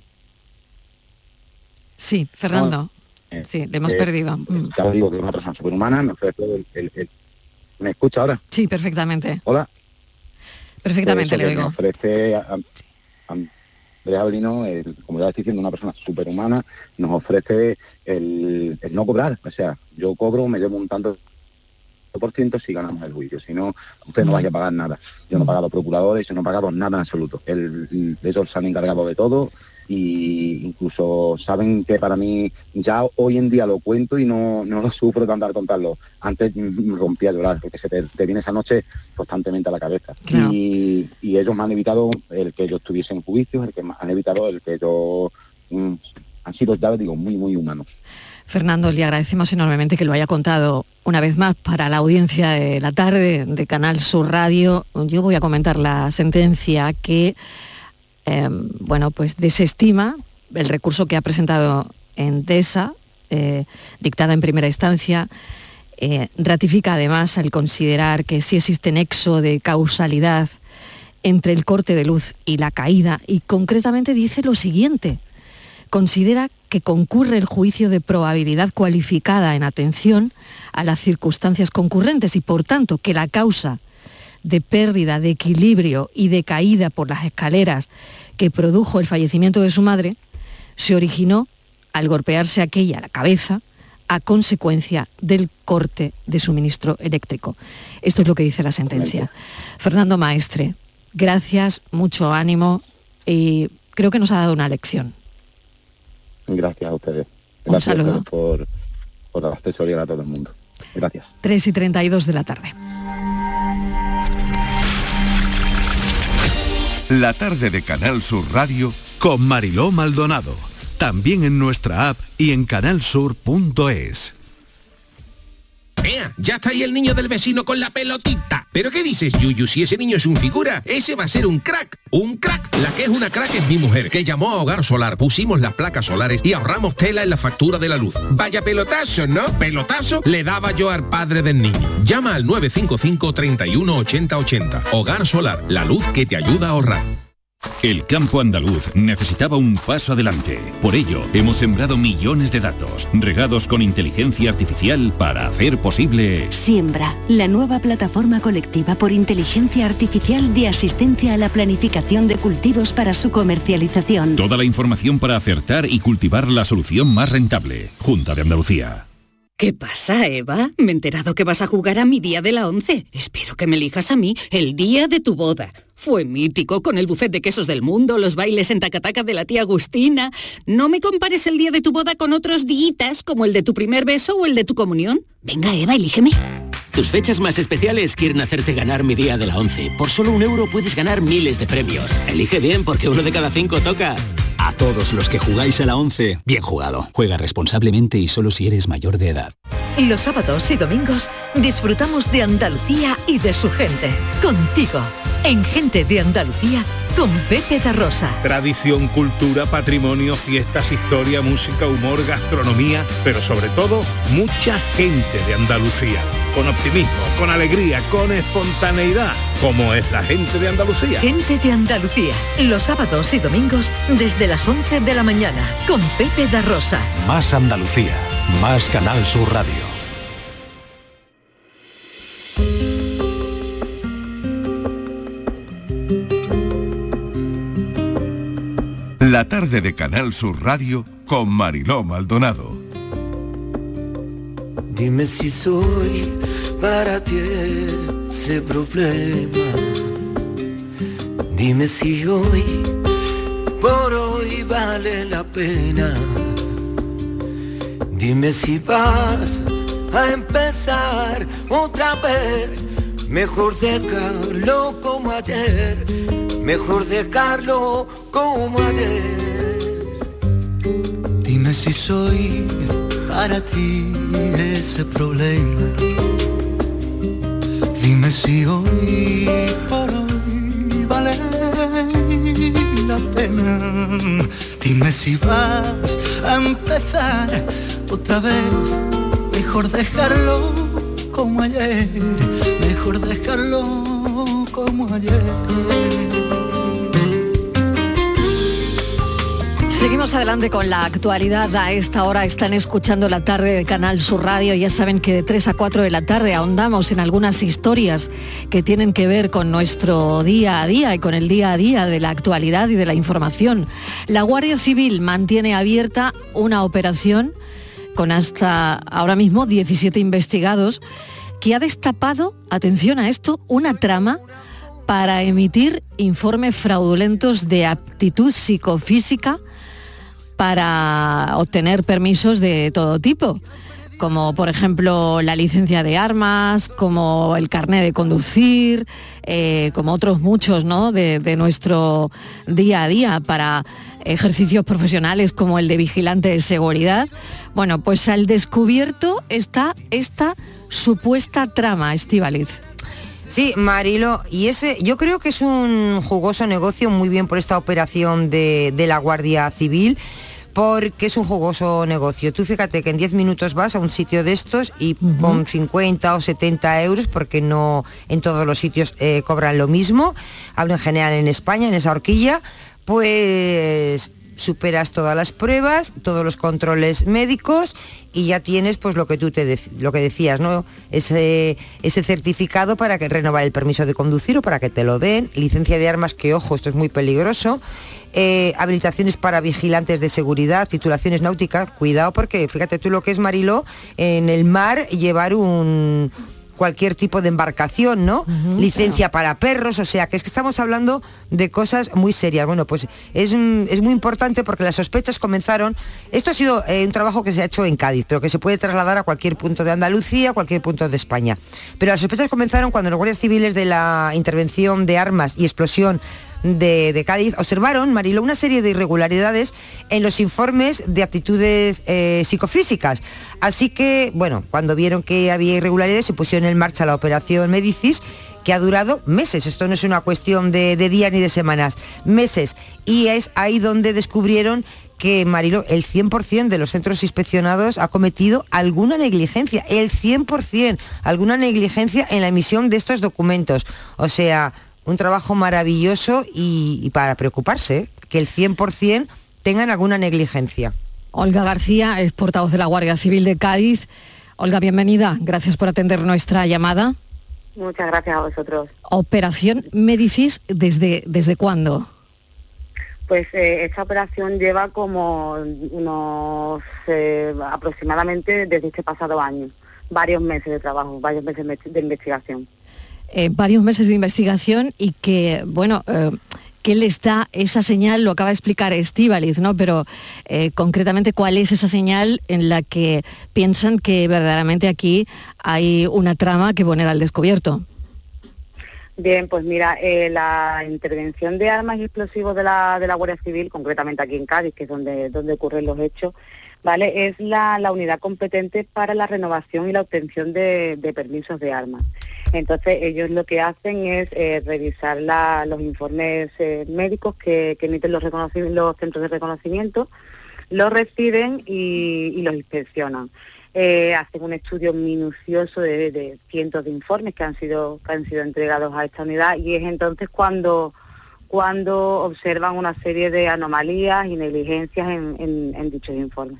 Sí, Fernando. Sí, le hemos perdido. Ya os digo que es una persona superhumana, me ofrece ¿Me escucha ahora? Sí, perfectamente. Hola. Perfectamente le oigo. Me ofrece Andrés Avelino, como ya estoy diciendo, una persona superhumana, nos ofrece el no cobrar. O sea, yo cobro, me llevo un tanto por ciento si ganamos el juicio, si no, usted no vaya a pagar nada. Yo no he pagado procuradores, yo no he pagado nada en absoluto. Ellos se han encargado de todo, y incluso saben que para mí ya hoy en día lo cuento y no lo sufro tanto al contarlo. Antes me rompía a llorar porque se te viene esa noche constantemente a la cabeza. Claro. Y ellos me han evitado el que yo estuviese en juicios, el que me han evitado el que yo... han sido, ya digo, muy, muy humanos. Fernando, le agradecemos enormemente que lo haya contado una vez más para la audiencia de la tarde de Canal Sur Radio. Yo voy a comentar la sentencia que pues desestima el recurso que ha presentado Endesa, dictada en primera instancia, ratifica además al considerar que sí existe nexo de causalidad entre el corte de luz y la caída, y concretamente dice lo siguiente: considera que concurre el juicio de probabilidad cualificada en atención a las circunstancias concurrentes y por tanto que la causa de pérdida de equilibrio y de caída por las escaleras que produjo el fallecimiento de su madre se originó al golpearse aquella la cabeza a consecuencia del corte de suministro eléctrico. Esto es lo que dice la sentencia. Fernando Maestre, gracias, mucho ánimo, y creo que nos ha dado una lección. Gracias a ustedes. Gracias a ustedes por asesorar a todo el mundo. Gracias. 3:32 de la tarde. La tarde de Canal Sur Radio con Mariló Maldonado. También en nuestra app y en canalsur.es. ¡Ea! Ya está ahí el niño del vecino con la pelotita. ¿Pero qué dices, Yuyu? Si ese niño es un figura, ese va a ser un crack. ¡Un crack! La que es una crack es mi mujer, que llamó a Hogar Solar, pusimos las placas solares y ahorramos tela en la factura de la luz. Vaya pelotazo, ¿no? Pelotazo le daba yo al padre del niño. Llama al 955 31 80 80. Hogar Solar, la luz que te ayuda a ahorrar. El campo andaluz necesitaba un paso adelante. Por ello, hemos sembrado millones de datos, regados con inteligencia artificial para hacer posible... Siembra, la nueva plataforma colectiva por inteligencia artificial de asistencia a la planificación de cultivos para su comercialización. Toda la información para acertar y cultivar la solución más rentable. Junta de Andalucía. ¿Qué pasa, Eva? Me he enterado que vas a jugar a mi día de la 11. Espero que me elijas a mí el día de tu boda. Fue mítico, con el buffet de quesos del mundo, los bailes en tacataca de la tía Agustina. No me compares el día de tu boda con otros días, como el de tu primer beso o el de tu comunión. Venga, Eva, elígeme. Tus fechas más especiales quieren hacerte ganar mi día de la 11. Por solo €1 puedes ganar miles de premios. Elige bien, porque 1 de cada 5 toca. A todos los que jugáis a la 11, bien jugado. Juega responsablemente y solo si eres mayor de edad. Los sábados y domingos disfrutamos de Andalucía y de su gente. Contigo, en Gente de Andalucía, con Pepe da Rosa. Tradición, cultura, patrimonio, fiestas, historia, música, humor, gastronomía, pero sobre todo, mucha gente de Andalucía. Con optimismo, con alegría, con espontaneidad, como es la gente de Andalucía. Gente de Andalucía, los sábados y domingos desde las 11 de la mañana, con Pepe da Rosa. Más Andalucía, más Canal Sur Radio. La tarde de Canal Sur Radio con Mariló Maldonado. Dime si soy para ti ese problema. Dime si hoy, por hoy vale la pena. Dime si vas a empezar otra vez. Mejor dejarlo como ayer. Mejor dejarlo como ayer. Dime si soy para ti ese problema. Dime si hoy por hoy vale la pena. Dime si vas a empezar otra vez. Mejor dejarlo como ayer. Mejor dejarlo como ayer. Seguimos adelante con la actualidad. A esta hora están escuchando La Tarde de Canal Sur Radio. Ya saben que de 3 a 4 de la tarde ahondamos en algunas historias que tienen que ver con nuestro día a día y con el día a día de la actualidad y de la información. La Guardia Civil mantiene abierta una operación con hasta ahora mismo 17 investigados que ha destapado, atención a esto, una trama para emitir informes fraudulentos de aptitud psicofísica para obtener permisos de todo tipo, como por ejemplo la licencia de armas, como el carné de conducir, como otros muchos, ¿no?, de nuestro día a día, para ejercicios profesionales como el de vigilante de seguridad. Bueno, pues al descubierto está esta supuesta trama, Estíbaliz. Sí, Marilo, y ese yo creo que es un jugoso negocio, muy bien por esta operación de la Guardia Civil, porque es un jugoso negocio. Tú fíjate que en 10 minutos vas a un sitio de estos y con 50 o 70 euros, porque no en todos los sitios cobran lo mismo, hablo en general en España, en esa horquilla, pues superas todas las pruebas, todos los controles médicos y ya tienes pues lo que tú lo que decías, ¿no? Ese certificado para que renovar el permiso de conducir o para que te lo den, licencia de armas, que ojo, esto es muy peligroso, habilitaciones para vigilantes de seguridad, titulaciones náuticas, cuidado porque fíjate tú lo que es, Mariló, en el mar llevar cualquier tipo de embarcación, ¿no? Licencia para perros, o sea, que es que estamos hablando de cosas muy serias. Bueno, pues es muy importante porque las sospechas comenzaron, esto ha sido un trabajo que se ha hecho en Cádiz, pero que se puede trasladar a cualquier punto de Andalucía, a cualquier punto de España. Pero las sospechas comenzaron cuando los guardias civiles de la intervención de armas y explosión de Cádiz observaron, Marilo, una serie de irregularidades en los informes de aptitudes psicofísicas. Así que, bueno, cuando vieron que había irregularidades, se pusieron en marcha la operación Médicis, que ha durado meses. Esto no es una cuestión de días ni de semanas, meses. Y es ahí donde descubrieron que, Marilo, el 100% de los centros inspeccionados ha cometido alguna negligencia, el 100%, alguna negligencia en la emisión de estos documentos. O sea, un trabajo maravilloso y para preocuparse, que el 100% tengan alguna negligencia. Olga García es portavoz de la Guardia Civil de Cádiz. Olga, bienvenida. Gracias por atender nuestra llamada. Muchas gracias a vosotros. Operación Médicis, ¿desde cuándo? Pues esta operación lleva como unos aproximadamente desde este pasado año. Varios meses de trabajo, varios meses de investigación. Varios meses de investigación y que, bueno, ¿qué les da esa señal? Lo acaba de explicar Estíbaliz, ¿no? Pero concretamente, ¿cuál es esa señal en la que piensan que verdaderamente aquí hay una trama que poner al descubierto? Bien, pues mira, la intervención de armas y explosivos de la Guardia Civil, concretamente aquí en Cádiz, que es donde ocurren los hechos, ¿vale? Es la unidad competente para la renovación y la obtención de permisos de armas. Entonces ellos lo que hacen es revisar los informes médicos que emiten los centros de reconocimiento, los reciben y los inspeccionan. Hacen un estudio minucioso de cientos de informes que han sido entregados a esta unidad y es entonces cuando observan una serie de anomalías y negligencias en dichos informes.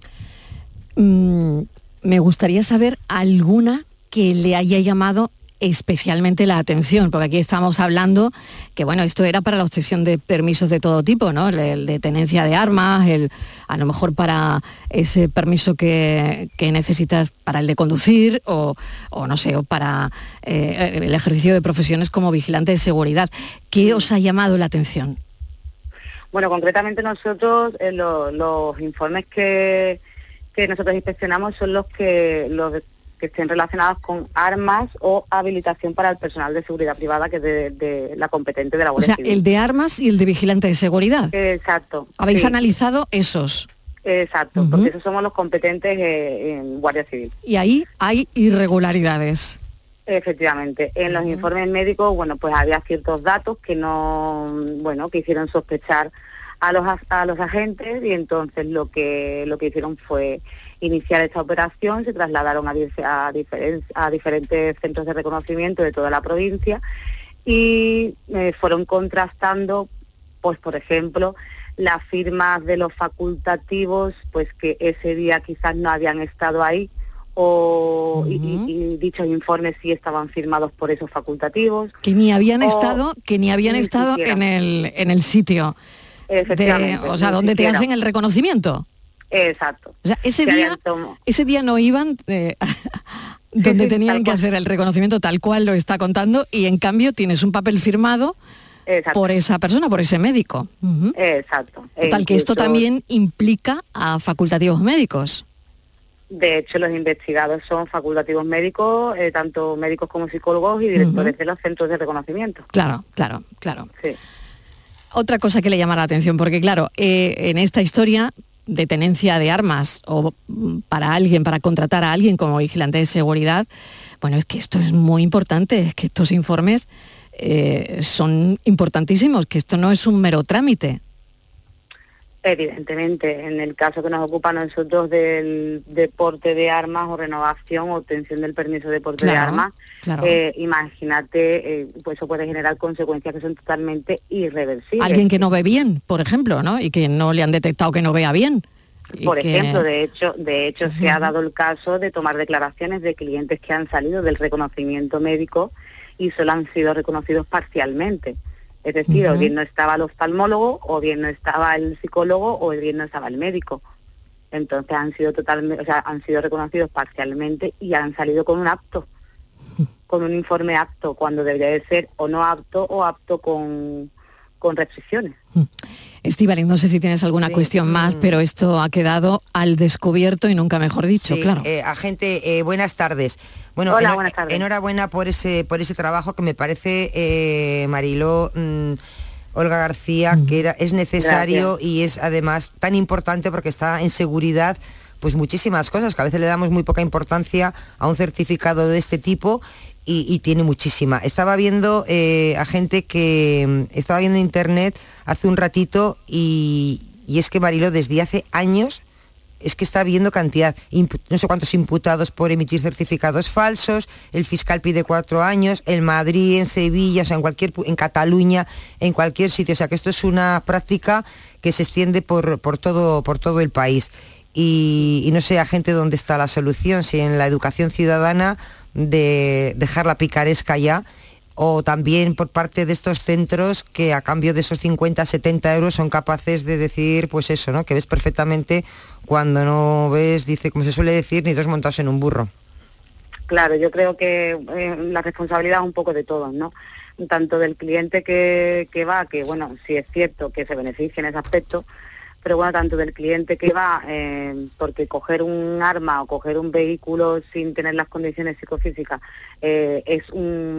Me gustaría saber alguna que le haya llamado especialmente la atención, porque aquí estamos hablando que, bueno, esto era para la obtención de permisos de todo tipo, ¿no? El de tenencia de armas, a lo mejor para ese permiso que necesitas para el de conducir o no sé, o para el ejercicio de profesiones como vigilante de seguridad. ¿Qué os ha llamado la atención? Bueno, concretamente nosotros, los informes que nosotros inspeccionamos son los que estén relacionados con armas o habilitación para el personal de seguridad privada, que es de la competente de la Guardia Civil. O sea, el de armas y el de vigilante de seguridad. Exacto. ¿Habéis analizado esos? Exacto, porque esos somos los competentes en Guardia Civil. Y ahí hay irregularidades. Efectivamente, en los informes médicos, bueno, pues había ciertos datos que que hicieron sospechar a los agentes, y entonces lo que hicieron fue iniciar esta operación. Se trasladaron a diferentes centros de reconocimiento de toda la provincia y fueron contrastando, pues por ejemplo, las firmas de los facultativos, pues que ese día quizás no habían estado ahí, y dichos informes sí estaban firmados por esos facultativos. Que ni habían estado en el sitio. Efectivamente. Donde te hacen el reconocimiento. Exacto. O sea, ese día no iban donde tenían que hacer el reconocimiento tal cual lo está contando, y en cambio tienes un papel firmado por esa persona, por ese médico. Exacto. Tal que esto también implica a facultativos médicos. De hecho, los investigados son facultativos médicos, tanto médicos como psicólogos y directores de los centros de reconocimiento. Claro. Sí. Otra cosa que le llama la atención, porque claro, en esta historia de tenencia de armas o para contratar a alguien como vigilante de seguridad, bueno, es que esto es muy importante, es que estos informes son importantísimos, que esto no es un mero trámite. Evidentemente, en el caso que nos ocupa a nosotros del porte de armas o renovación o obtención del permiso de porte de armas, imagínate, pues eso puede generar consecuencias que son totalmente irreversibles. Alguien que no ve bien, por ejemplo, ¿no? Y que no le han detectado que no vea bien. Por ejemplo, de hecho se ha dado el caso de tomar declaraciones de clientes que han salido del reconocimiento médico y solo han sido reconocidos parcialmente. Es decir, o bien no estaba el oftalmólogo, o bien no estaba el psicólogo, o bien no estaba el médico. Entonces han sido reconocidos parcialmente y han salido con un apto, con un informe apto, cuando debería de ser o no apto o apto con restricciones. Estíbaliz, no sé si tienes alguna cuestión más, pero esto ha quedado al descubierto y nunca mejor dicho, claro. Agente, buenas tardes. Bueno, hola, buenas tardes. Enhorabuena por ese trabajo que me parece, Mariló, Olga García, que es necesario. Gracias. Y es además tan importante porque está en seguridad pues muchísimas cosas, que a veces le damos muy poca importancia a un certificado de este tipo y tiene muchísima. Estaba viendo estaba viendo internet hace un ratito y es que Mariló, desde hace años es que está habiendo cantidad, no sé cuántos imputados por emitir certificados falsos, el fiscal pide 4 años, en Madrid, en Sevilla, o sea, en Cataluña, en cualquier sitio, o sea, que esto es una práctica que se extiende por todo el país. Y no sé, agente, dónde está la solución, si en la educación ciudadana de dejar la picaresca ya, o también por parte de estos centros que a cambio de esos 50, 70 euros son capaces de decir, pues eso, ¿no? Que ves perfectamente cuando no ves, dice, como se suele decir, ni dos montados en un burro. Claro, yo creo que la responsabilidad es un poco de todos, ¿no? Tanto del cliente que va, que bueno, sí es cierto que se beneficia en ese aspecto, pero bueno, tanto del cliente que va, porque coger un arma o coger un vehículo sin tener las condiciones psicofísicas eso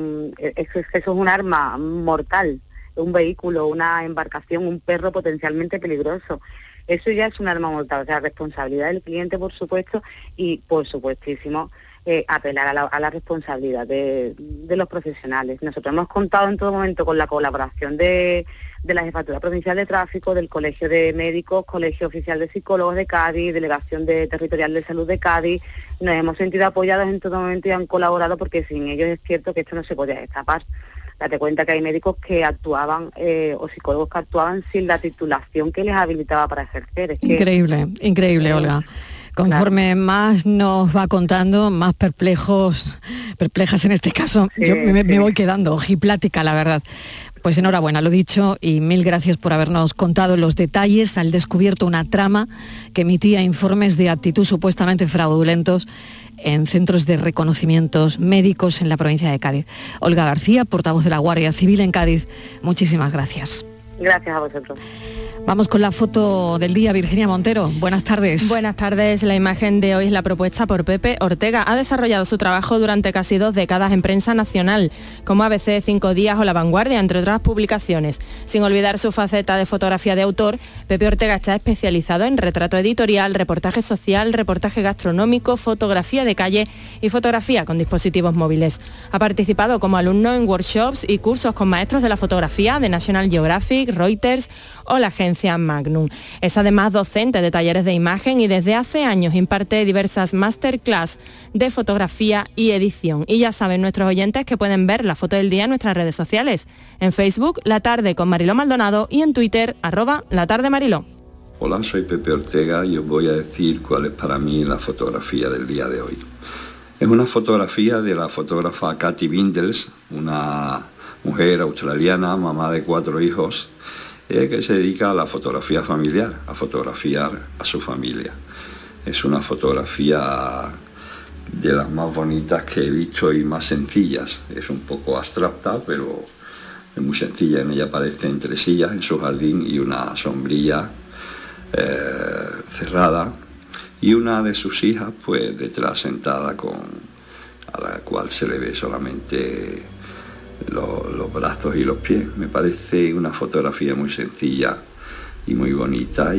es un arma mortal, un vehículo, una embarcación, un perro potencialmente peligroso. Eso ya es un arma mortal, o sea, responsabilidad del cliente, por supuesto, y por supuestísimo apelar a la responsabilidad de los profesionales. Nosotros hemos contado en todo momento con la colaboración de la Jefatura Provincial de Tráfico, del Colegio de Médicos, Colegio Oficial de Psicólogos de Cádiz, Delegación Territorial de Salud de Cádiz. Nos hemos sentido apoyados en todo momento y han colaborado, porque sin ellos es cierto que esto no se podía destapar. Date cuenta que hay médicos que actuaban o psicólogos que actuaban sin la titulación que les habilitaba para ejercer. Es que, increíble, Olga. Conforme más nos va contando, más perplejas en este caso, yo me voy quedando, ojiplática, la verdad. Pues enhorabuena, lo dicho, y mil gracias por habernos contado los detalles. Han descubierto una trama que emitía informes de aptitud supuestamente fraudulentos en centros de reconocimientos médicos en la provincia de Cádiz. Olga García, portavoz de la Guardia Civil en Cádiz, muchísimas gracias. Gracias a vosotros. Vamos con la foto del día, Virginia Montero. Buenas tardes. Buenas tardes. La imagen de hoy es la propuesta por Pepe Ortega. Ha desarrollado su trabajo durante casi 2 décadas en prensa nacional, como ABC, 5 Días o La Vanguardia, entre otras publicaciones. Sin olvidar su faceta de fotografía de autor, Pepe Ortega está especializado en retrato editorial, reportaje social, reportaje gastronómico, fotografía de calle y fotografía con dispositivos móviles. Ha participado como alumno en workshops y cursos con maestros de la fotografía de National Geographic, Reuters o la agencia Magnum. Es además docente de talleres de imagen y desde hace años imparte diversas masterclass de fotografía y edición. Y ya saben nuestros oyentes que pueden ver la foto del día en nuestras redes sociales. En Facebook, La Tarde con Mariló Maldonado, y en Twitter, @LaTardeMariló. Hola, soy Pepe Ortega y os voy a decir cuál es para mí la fotografía del día de hoy. Es una fotografía de la fotógrafa Katy Bindels, una mujer australiana, mamá de 4 hijos, que se dedica a la fotografía familiar, a fotografiar a su familia. Es una fotografía de las más bonitas que he visto y más sencillas. Es un poco abstracta, pero es muy sencilla. En ella aparecen 3 sillas en su jardín y una sombrilla cerrada, y una de sus hijas pues detrás sentada, a la cual se le ve solamente los brazos y los pies. Me parece una fotografía muy sencilla y muy bonita,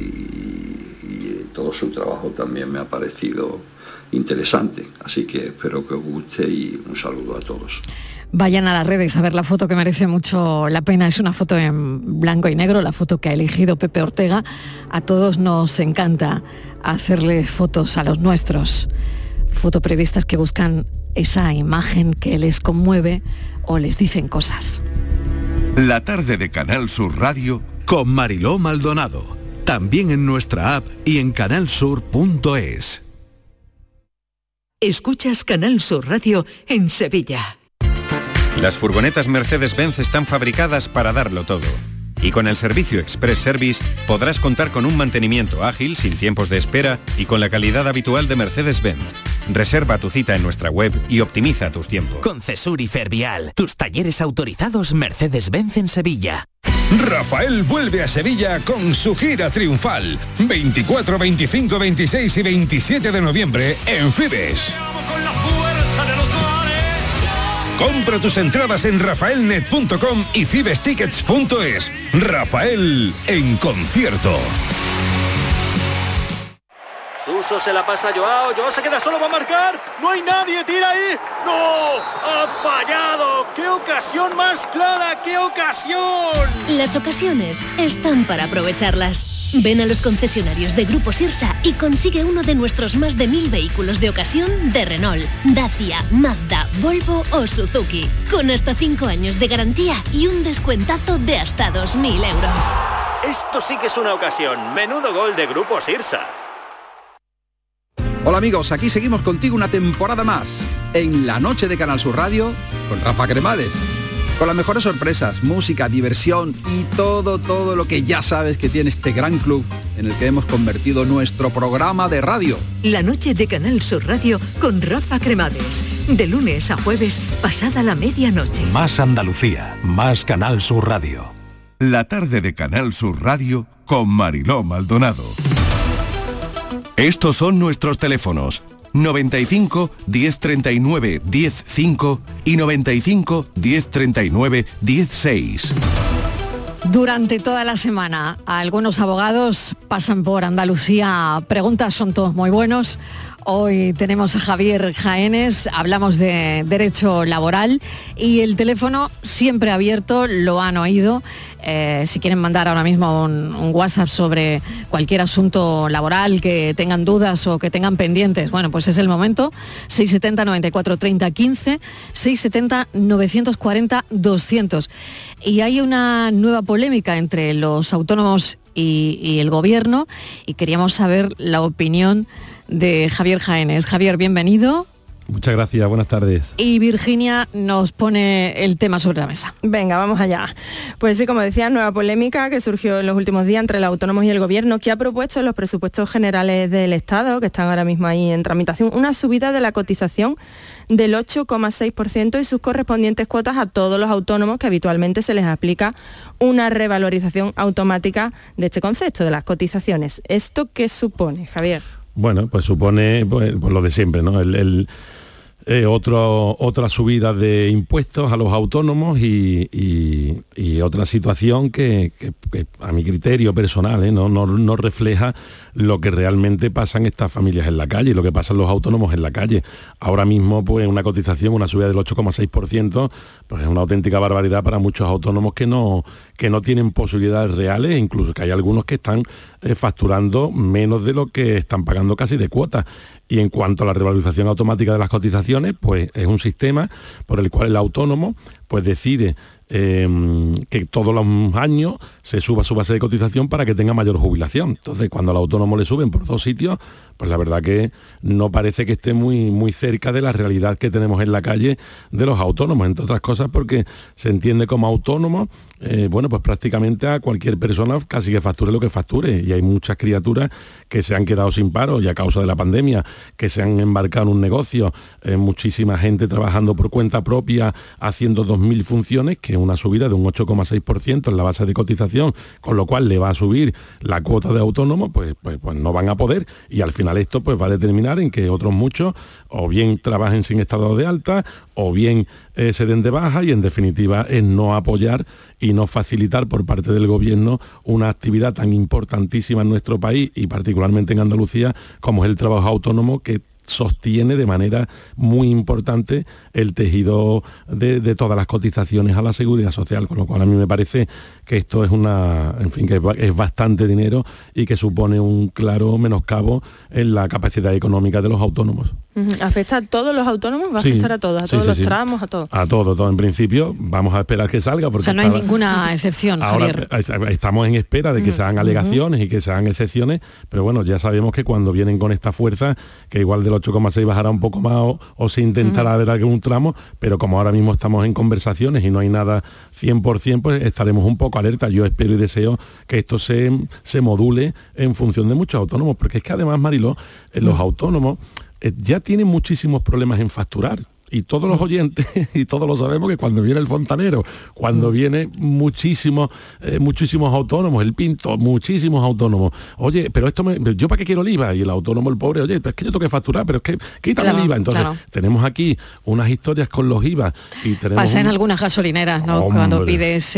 y todo su trabajo también me ha parecido interesante, así que espero que os guste y un saludo a todos. Vayan a las redes a ver la foto, que merece mucho la pena. Es una foto en blanco y negro, la foto que ha elegido Pepe Ortega. A todos nos encanta hacerle fotos a los nuestros, fotoperiodistas que buscan esa imagen que les conmueve o les dicen cosas. La tarde de Canal Sur Radio con Mariló Maldonado. También en nuestra app y en canalsur.es. Escuchas Canal Sur Radio en Sevilla. Las furgonetas Mercedes-Benz están fabricadas para darlo todo. Y con el servicio Express Service podrás contar con un mantenimiento ágil, sin tiempos de espera y con la calidad habitual de Mercedes-Benz. Reserva tu cita en nuestra web y optimiza tus tiempos. Con Cesur y Fervial, tus talleres autorizados Mercedes-Benz en Sevilla. Rafael vuelve a Sevilla con su gira triunfal. 24, 25, 26 y 27 de noviembre en Fibes. Compra tus entradas en rafaelnet.com y fibestickets.es. Rafael en concierto. Suso se la pasa a Joao. Joao se queda solo, va a marcar. No hay nadie, tira ahí. ¡No! ¡Ha fallado! ¡Qué ocasión más clara! ¡Qué ocasión! Las ocasiones están para aprovecharlas. Ven a los concesionarios de Grupo Sirsa y consigue uno de nuestros más de 1000 vehículos de ocasión de Renault, Dacia, Mazda, Volvo o Suzuki, con hasta 5 años de garantía y un descuentazo de hasta 2.000 euros. Esto sí que es una ocasión. Menudo gol de Grupo Sirsa. Hola amigos, aquí seguimos contigo una temporada más en La Noche de Canal Sur Radio con Rafa Cremades. Con las mejores sorpresas, música, diversión y todo lo que ya sabes que tiene este gran club en el que hemos convertido nuestro programa de radio. La Noche de Canal Sur Radio con Rafa Cremades. De lunes a jueves, pasada la medianoche. Más Andalucía, más Canal Sur Radio. La tarde de Canal Sur Radio con Mariló Maldonado. Estos son nuestros teléfonos: 95 1039 105 y 95 1039 16. Durante toda la semana, algunos abogados pasan por Andalucía. Preguntas son todos muy buenos. Hoy tenemos a Javier Jaénes, hablamos de derecho laboral y el teléfono siempre abierto, lo han oído. Si quieren mandar ahora mismo un WhatsApp sobre cualquier asunto laboral, que tengan dudas o que tengan pendientes, bueno, pues es el momento. 670 94 30 15, 670 940 200. Y hay una nueva polémica entre los autónomos y el gobierno, y queríamos saber la opinión de Javier Jaénes. Javier, bienvenido. Muchas gracias, buenas tardes. Y Virginia nos pone el tema sobre la mesa. Venga, vamos allá. Pues sí, como decía, nueva polémica que surgió en los últimos días entre los autónomos y el Gobierno, que ha propuesto en los presupuestos generales del Estado, que están ahora mismo ahí en tramitación, una subida de la cotización del 8,6% y sus correspondientes cuotas a todos los autónomos, que habitualmente se les aplica una revalorización automática de este concepto, de las cotizaciones. ¿Esto qué supone, Javier? Bueno, pues supone pues lo de siempre, ¿no? Otra subida de impuestos a los autónomos y otra situación que a mi criterio personal no refleja lo que realmente pasan estas familias en la calle, lo que pasan los autónomos en la calle. Ahora mismo, pues una cotización, una subida del 8,6%, pues es una auténtica barbaridad para muchos autónomos que no tienen posibilidades reales, incluso que hay algunos que están facturando menos de lo que están pagando casi de cuotas. Y en cuanto a la revalorización automática de las cotizaciones, pues es un sistema por el cual el autónomo pues decide que todos los años se suba su base de cotización para que tenga mayor jubilación. Entonces, cuando al autónomo le suben por 2 sitios, pues la verdad que no parece que esté muy cerca de la realidad que tenemos en la calle de los autónomos, entre otras cosas porque se entiende como autónomo, pues prácticamente a cualquier persona casi que facture lo que facture, y hay muchas criaturas que se han quedado sin paro y a causa de la pandemia, que se han embarcado en un negocio, muchísima gente trabajando por cuenta propia, haciendo 2.000 funciones, que una subida de un 8,6% en la base de cotización, con lo cual le va a subir la cuota de autónomo, pues no van a poder, y al final esto pues va a determinar en que otros muchos o bien trabajen sin estado de alta o bien se den de baja, y en definitiva es no apoyar y no facilitar por parte del Gobierno una actividad tan importantísima en nuestro país y particularmente en Andalucía como es el trabajo autónomo, que sostiene de manera muy importante el tejido de todas las cotizaciones a la seguridad social, con lo cual a mí me parece que esto es que es bastante dinero y que supone un claro menoscabo en la capacidad económica de los autónomos. ¿Afecta a todos los autónomos? ¿Va a afectar a todos? ¿A todos los tramos? ¿A todos? A todo. En principio vamos a esperar que salga. Porque no hay ninguna excepción, Javier. Ahora estamos en espera de que se hagan alegaciones y que se hagan excepciones, pero bueno, ya sabemos que cuando vienen con esta fuerza, que igual del 8,6 bajará un poco más o se intentará ver algún tramo, pero como ahora mismo estamos en conversaciones y no hay nada 100%, pues estaremos un poco alerta. Yo espero y deseo que esto se module en función de muchos autónomos, porque es que además, Mariló, los autónomos ya tienen muchísimos problemas en facturar. Y todos los oyentes, y todos lo sabemos, que cuando viene el fontanero, cuando viene muchísimos autónomos, el pintor, muchísimos autónomos, oye, pero ¿yo para qué quiero el IVA? Y el autónomo, el pobre, oye, pero es que yo tengo que facturar, pero es que quítame el IVA. Entonces, tenemos aquí unas historias con los IVA. Y tenemos pasa en algunas gasolineras, ¿no? Hombre. Cuando pides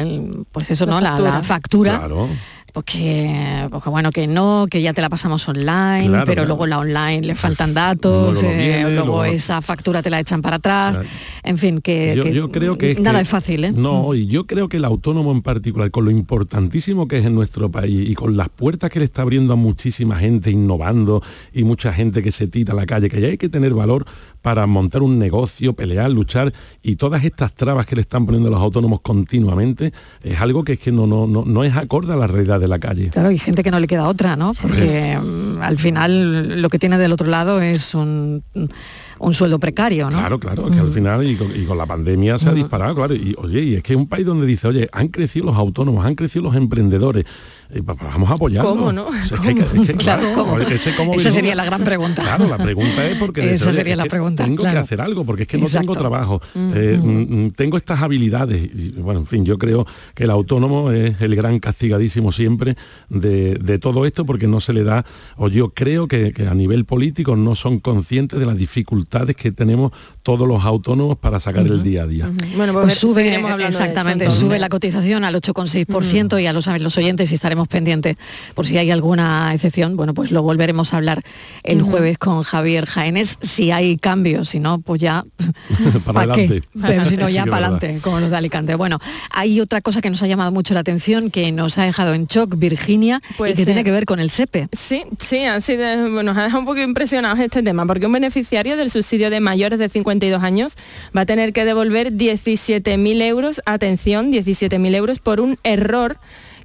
la factura. Claro. Porque bueno, que ya te la pasamos online, pero luego la online le faltan datos, luego esa factura te la echan para atrás, en fin, yo creo que nada es fácil, ¿eh? No, y yo creo que el autónomo en particular, con lo importantísimo que es en nuestro país y con las puertas que le está abriendo a muchísima gente innovando y mucha gente que se tira a la calle, que ya hay que tener valor para montar un negocio, pelear, luchar, y todas estas trabas que le están poniendo a los autónomos continuamente, es algo que es que no es acorde a la realidad de la calle. Claro, y gente que no le queda otra, ¿no? Porque al final lo que tiene del otro lado es un sueldo precario, ¿no? Claro, que al final y con la pandemia se ha disparado, claro, y es que es un país donde dice, oye, han crecido los autónomos, han crecido los emprendedores, vamos a apoyarlos. ¿Cómo no? Esa sería la gran pregunta. Claro, la pregunta es porque esa sería la pregunta. Tengo que hacer algo, porque es que no tengo trabajo, tengo estas habilidades, y bueno, en fin, yo creo que el autónomo es el gran castigadísimo siempre de todo esto, porque no se le da, o yo creo que a nivel político no son conscientes de las dificultades que tenemos todos los autónomos para sacar el día a día. Bueno, pues sube la cotización al 8,6% y a los oyentes, y estaremos pendientes por si hay alguna excepción. Bueno, pues lo volveremos a hablar el jueves con Javier Jaénes, si hay cambios, si no, pues ya para adelante. Pero si no, ya para adelante, como los de Alicante. Bueno, hay otra cosa que nos ha llamado mucho la atención, que nos ha dejado en shock, Virginia, y que tiene que ver con el SEPE. Sí, nos ha dejado un poco impresionados este tema, porque un beneficiario del subsidio de mayores de 52 años va a tener que devolver 17.000 euros, atención, 17.000 euros por un error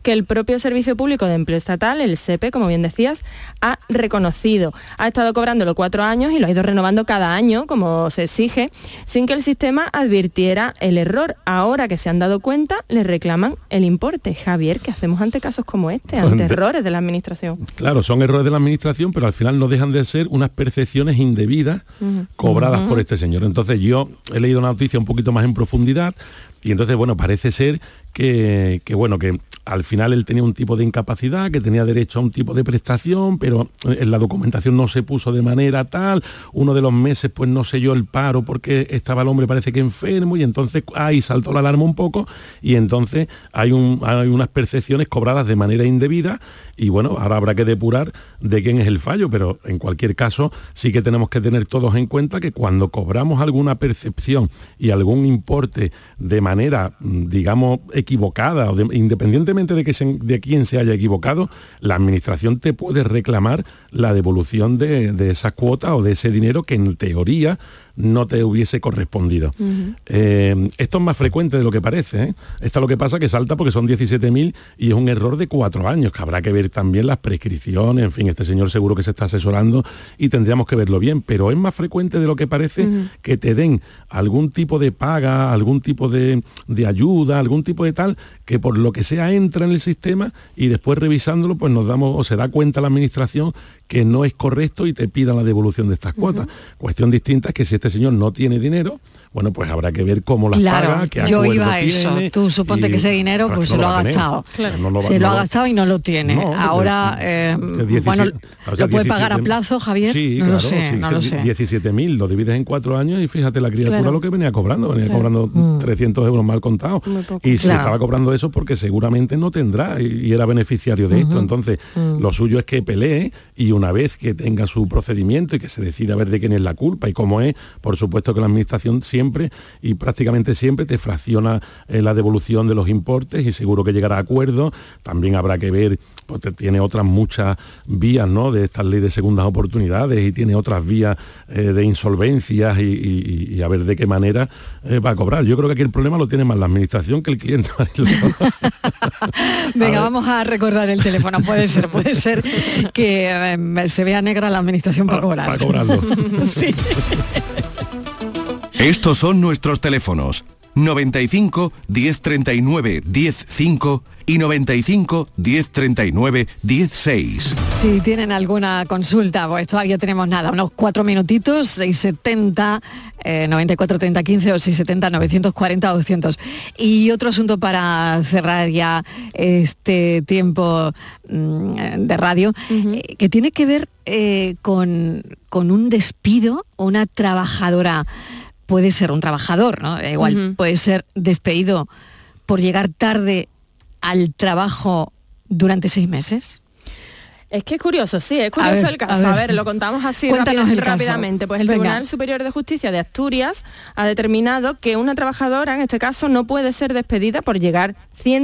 que el propio Servicio Público de Empleo Estatal, el SEPE, como bien decías, ha reconocido. Ha estado cobrándolo 4 años y lo ha ido renovando cada año, como se exige, sin que el sistema advirtiera el error. Ahora que se han dado cuenta, le reclaman el importe. Javier, ¿qué hacemos ante casos como este, ante errores de la Administración? Claro, son errores de la Administración, pero al final no dejan de ser unas percepciones indebidas cobradas por este señor. Entonces yo he leído una noticia un poquito más en profundidad y entonces, bueno, parece ser que al final él tenía un tipo de incapacidad, que tenía derecho a un tipo de prestación, pero en la documentación no se puso de manera tal. Uno de los meses pues no selló el paro porque estaba el hombre parece que enfermo, y entonces ahí saltó la alarma un poco, y entonces hay unas percepciones cobradas de manera indebida, y bueno, ahora habrá que depurar de quién es el fallo, pero en cualquier caso sí que tenemos que tener todos en cuenta que cuando cobramos alguna percepción y algún importe de manera, digamos, equivocada, o independientemente de quién se haya equivocado, la Administración te puede reclamar la devolución de esa cuota o de ese dinero que en teoría no te hubiese correspondido. Esto es más frecuente de lo que parece, ¿eh? Esto es lo que pasa, que salta porque son 17.000 y es un error de 4 años, que habrá que ver también las prescripciones, en fin, este señor seguro que se está asesorando y tendríamos que verlo bien, pero es más frecuente de lo que parece que te den algún tipo de paga, algún tipo de ayuda, algún tipo de tal, que por lo que sea entra en el sistema y después revisándolo pues nos damos, o se da cuenta la Administración que no es correcto y te pidan la devolución de estas cuotas. Cuestión distinta es que si este señor no tiene dinero, bueno, pues habrá que ver cómo las paga, qué yo acuerdo iba a eso. tiene. Tú suponte que ese dinero pues se lo ha gastado. Se lo ha gastado y no lo tiene. Ahora, bueno, ¿lo puede pagar a plazo, Javier? Sí, no claro, lo sé, no lo sé. 17.000, lo divides en 4 años y fíjate la criatura lo que venía cobrando 300 euros mal contados. Y si estaba cobrando eso porque seguramente no tendrá y era beneficiario de esto. Entonces, lo suyo es que pelee, y una vez que tenga su procedimiento y que se decida a ver de quién es la culpa y cómo es, por supuesto que la Administración siempre y prácticamente siempre te fracciona la devolución de los importes y seguro que llegará a acuerdos. También habrá que ver, pues tiene otras muchas vías, ¿no?, de esta ley de segundas oportunidades, y tiene otras vías de insolvencias y a ver de qué manera va a cobrar. Yo creo que aquí el problema lo tiene más la Administración que el cliente. Venga, vamos a recordar el teléfono. Puede ser que se vea negra la Administración para cobrar. Para cobrarlo. Sí. Estos son nuestros teléfonos: 95 1039 105 y 95 1039 16. Si tienen alguna consulta, pues todavía tenemos nada, unos 4 minutitos, 670 94 30 15 o 670 940 200. Y otro asunto para cerrar ya este tiempo de radio, que tiene que ver con un despido. Una trabajadora, puede ser un trabajador, ¿no? Igual puede ser despedido por llegar tarde al trabajo durante 6 meses. Es que es curioso, sí, es curioso el caso. A ver, lo contamos así rápidamente. Pues el Tribunal Superior de Justicia de Asturias ha determinado que una trabajadora, en este caso, no puede ser despedida por llegar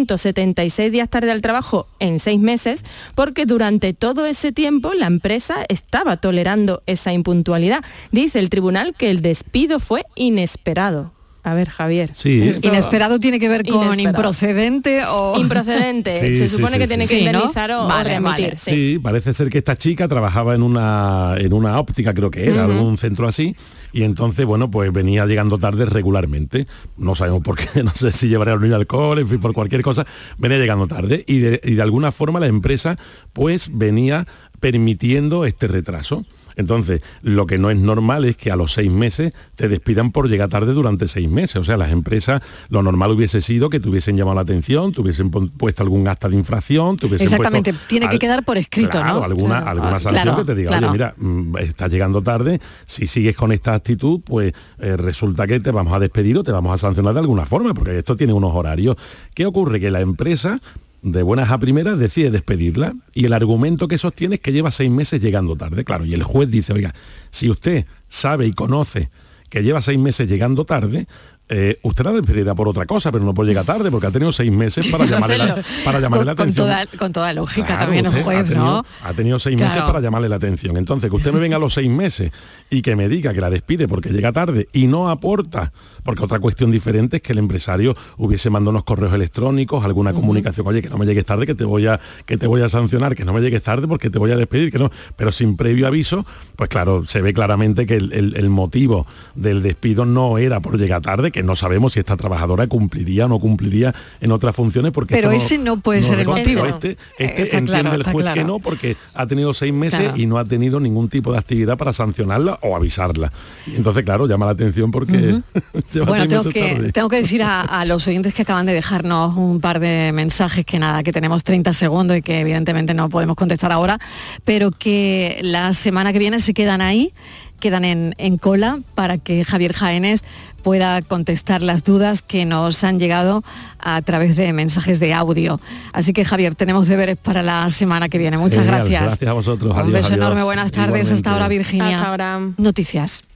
176 días tarde al trabajo en 6 meses, porque durante todo ese tiempo la empresa estaba tolerando esa impuntualidad. Dice el tribunal que el despido fue inesperado. A ver, Javier. Sí. ¿Inesperado tiene que ver con improcedente o...? Improcedente. Sí, se supone que tiene que indemnizar, ¿no? o readmitir. Vale. Sí, parece ser que esta chica trabajaba en una óptica, creo que era, un centro así, y entonces, bueno, pues venía llegando tarde regularmente. No sabemos por qué, no sé si llevaría al niño alcohol, en fin, por cualquier cosa, venía llegando tarde, y de alguna forma la empresa, pues, venía permitiendo este retraso. Entonces, lo que no es normal es que a los 6 meses te despidan por llegar tarde durante 6 meses. O sea, las empresas, lo normal hubiese sido que te hubiesen llamado la atención, te hubiesen puesto algún acta de infración, te hubiesen Exactamente, tiene que quedar por escrito, claro, ¿no? Alguna sanción que te diga, oye, mira, estás llegando tarde, si sigues con esta actitud, pues resulta que te vamos a despedir o te vamos a sancionar de alguna forma, porque esto tiene unos horarios. ¿Qué ocurre? Que la empresa, de buenas a primeras, decide despedirla, y el argumento que sostiene es que lleva 6 meses llegando tarde. Claro, y el juez dice, oiga, si usted sabe y conoce que lleva 6 meses llegando tarde, usted la despedirá por otra cosa, pero no por llegar tarde, porque ha tenido 6 meses para llamarle la atención. Con toda lógica, claro, también el ha juez, tenido, ¿no? Ha tenido 6 meses para llamarle la atención. Entonces, que usted me venga a los 6 meses y que me diga que la despide porque llega tarde y no aporta, porque otra cuestión diferente es que el empresario hubiese mandado unos correos electrónicos, alguna comunicación, oye, que no me llegues tarde, que te voy a sancionar, que no me llegues tarde porque te voy a despedir, que no, pero sin previo aviso, pues claro, se ve claramente que el motivo del despido no era por llegar tarde, que no sabemos si esta trabajadora cumpliría o no cumpliría en otras funciones, porque pero ese no puede ser el motivo. Este entiende el juez que no, porque ha tenido 6 meses y no ha tenido ningún tipo de actividad para sancionarla o avisarla. Y entonces, claro, llama la atención porque bueno, tengo que decir a los oyentes que acaban de dejarnos un par de mensajes que tenemos 30 segundos y que evidentemente no podemos contestar ahora, pero que la semana que viene se quedan ahí, quedan en cola para que Javier Jaénes pueda contestar las dudas que nos han llegado a través de mensajes de audio. Así que, Javier, tenemos deberes para la semana que viene. Muchas gracias. Gracias a vosotros. Un beso enorme. Buenas tardes. Igualmente. Hasta ahora, Virginia. Hasta ahora. Noticias.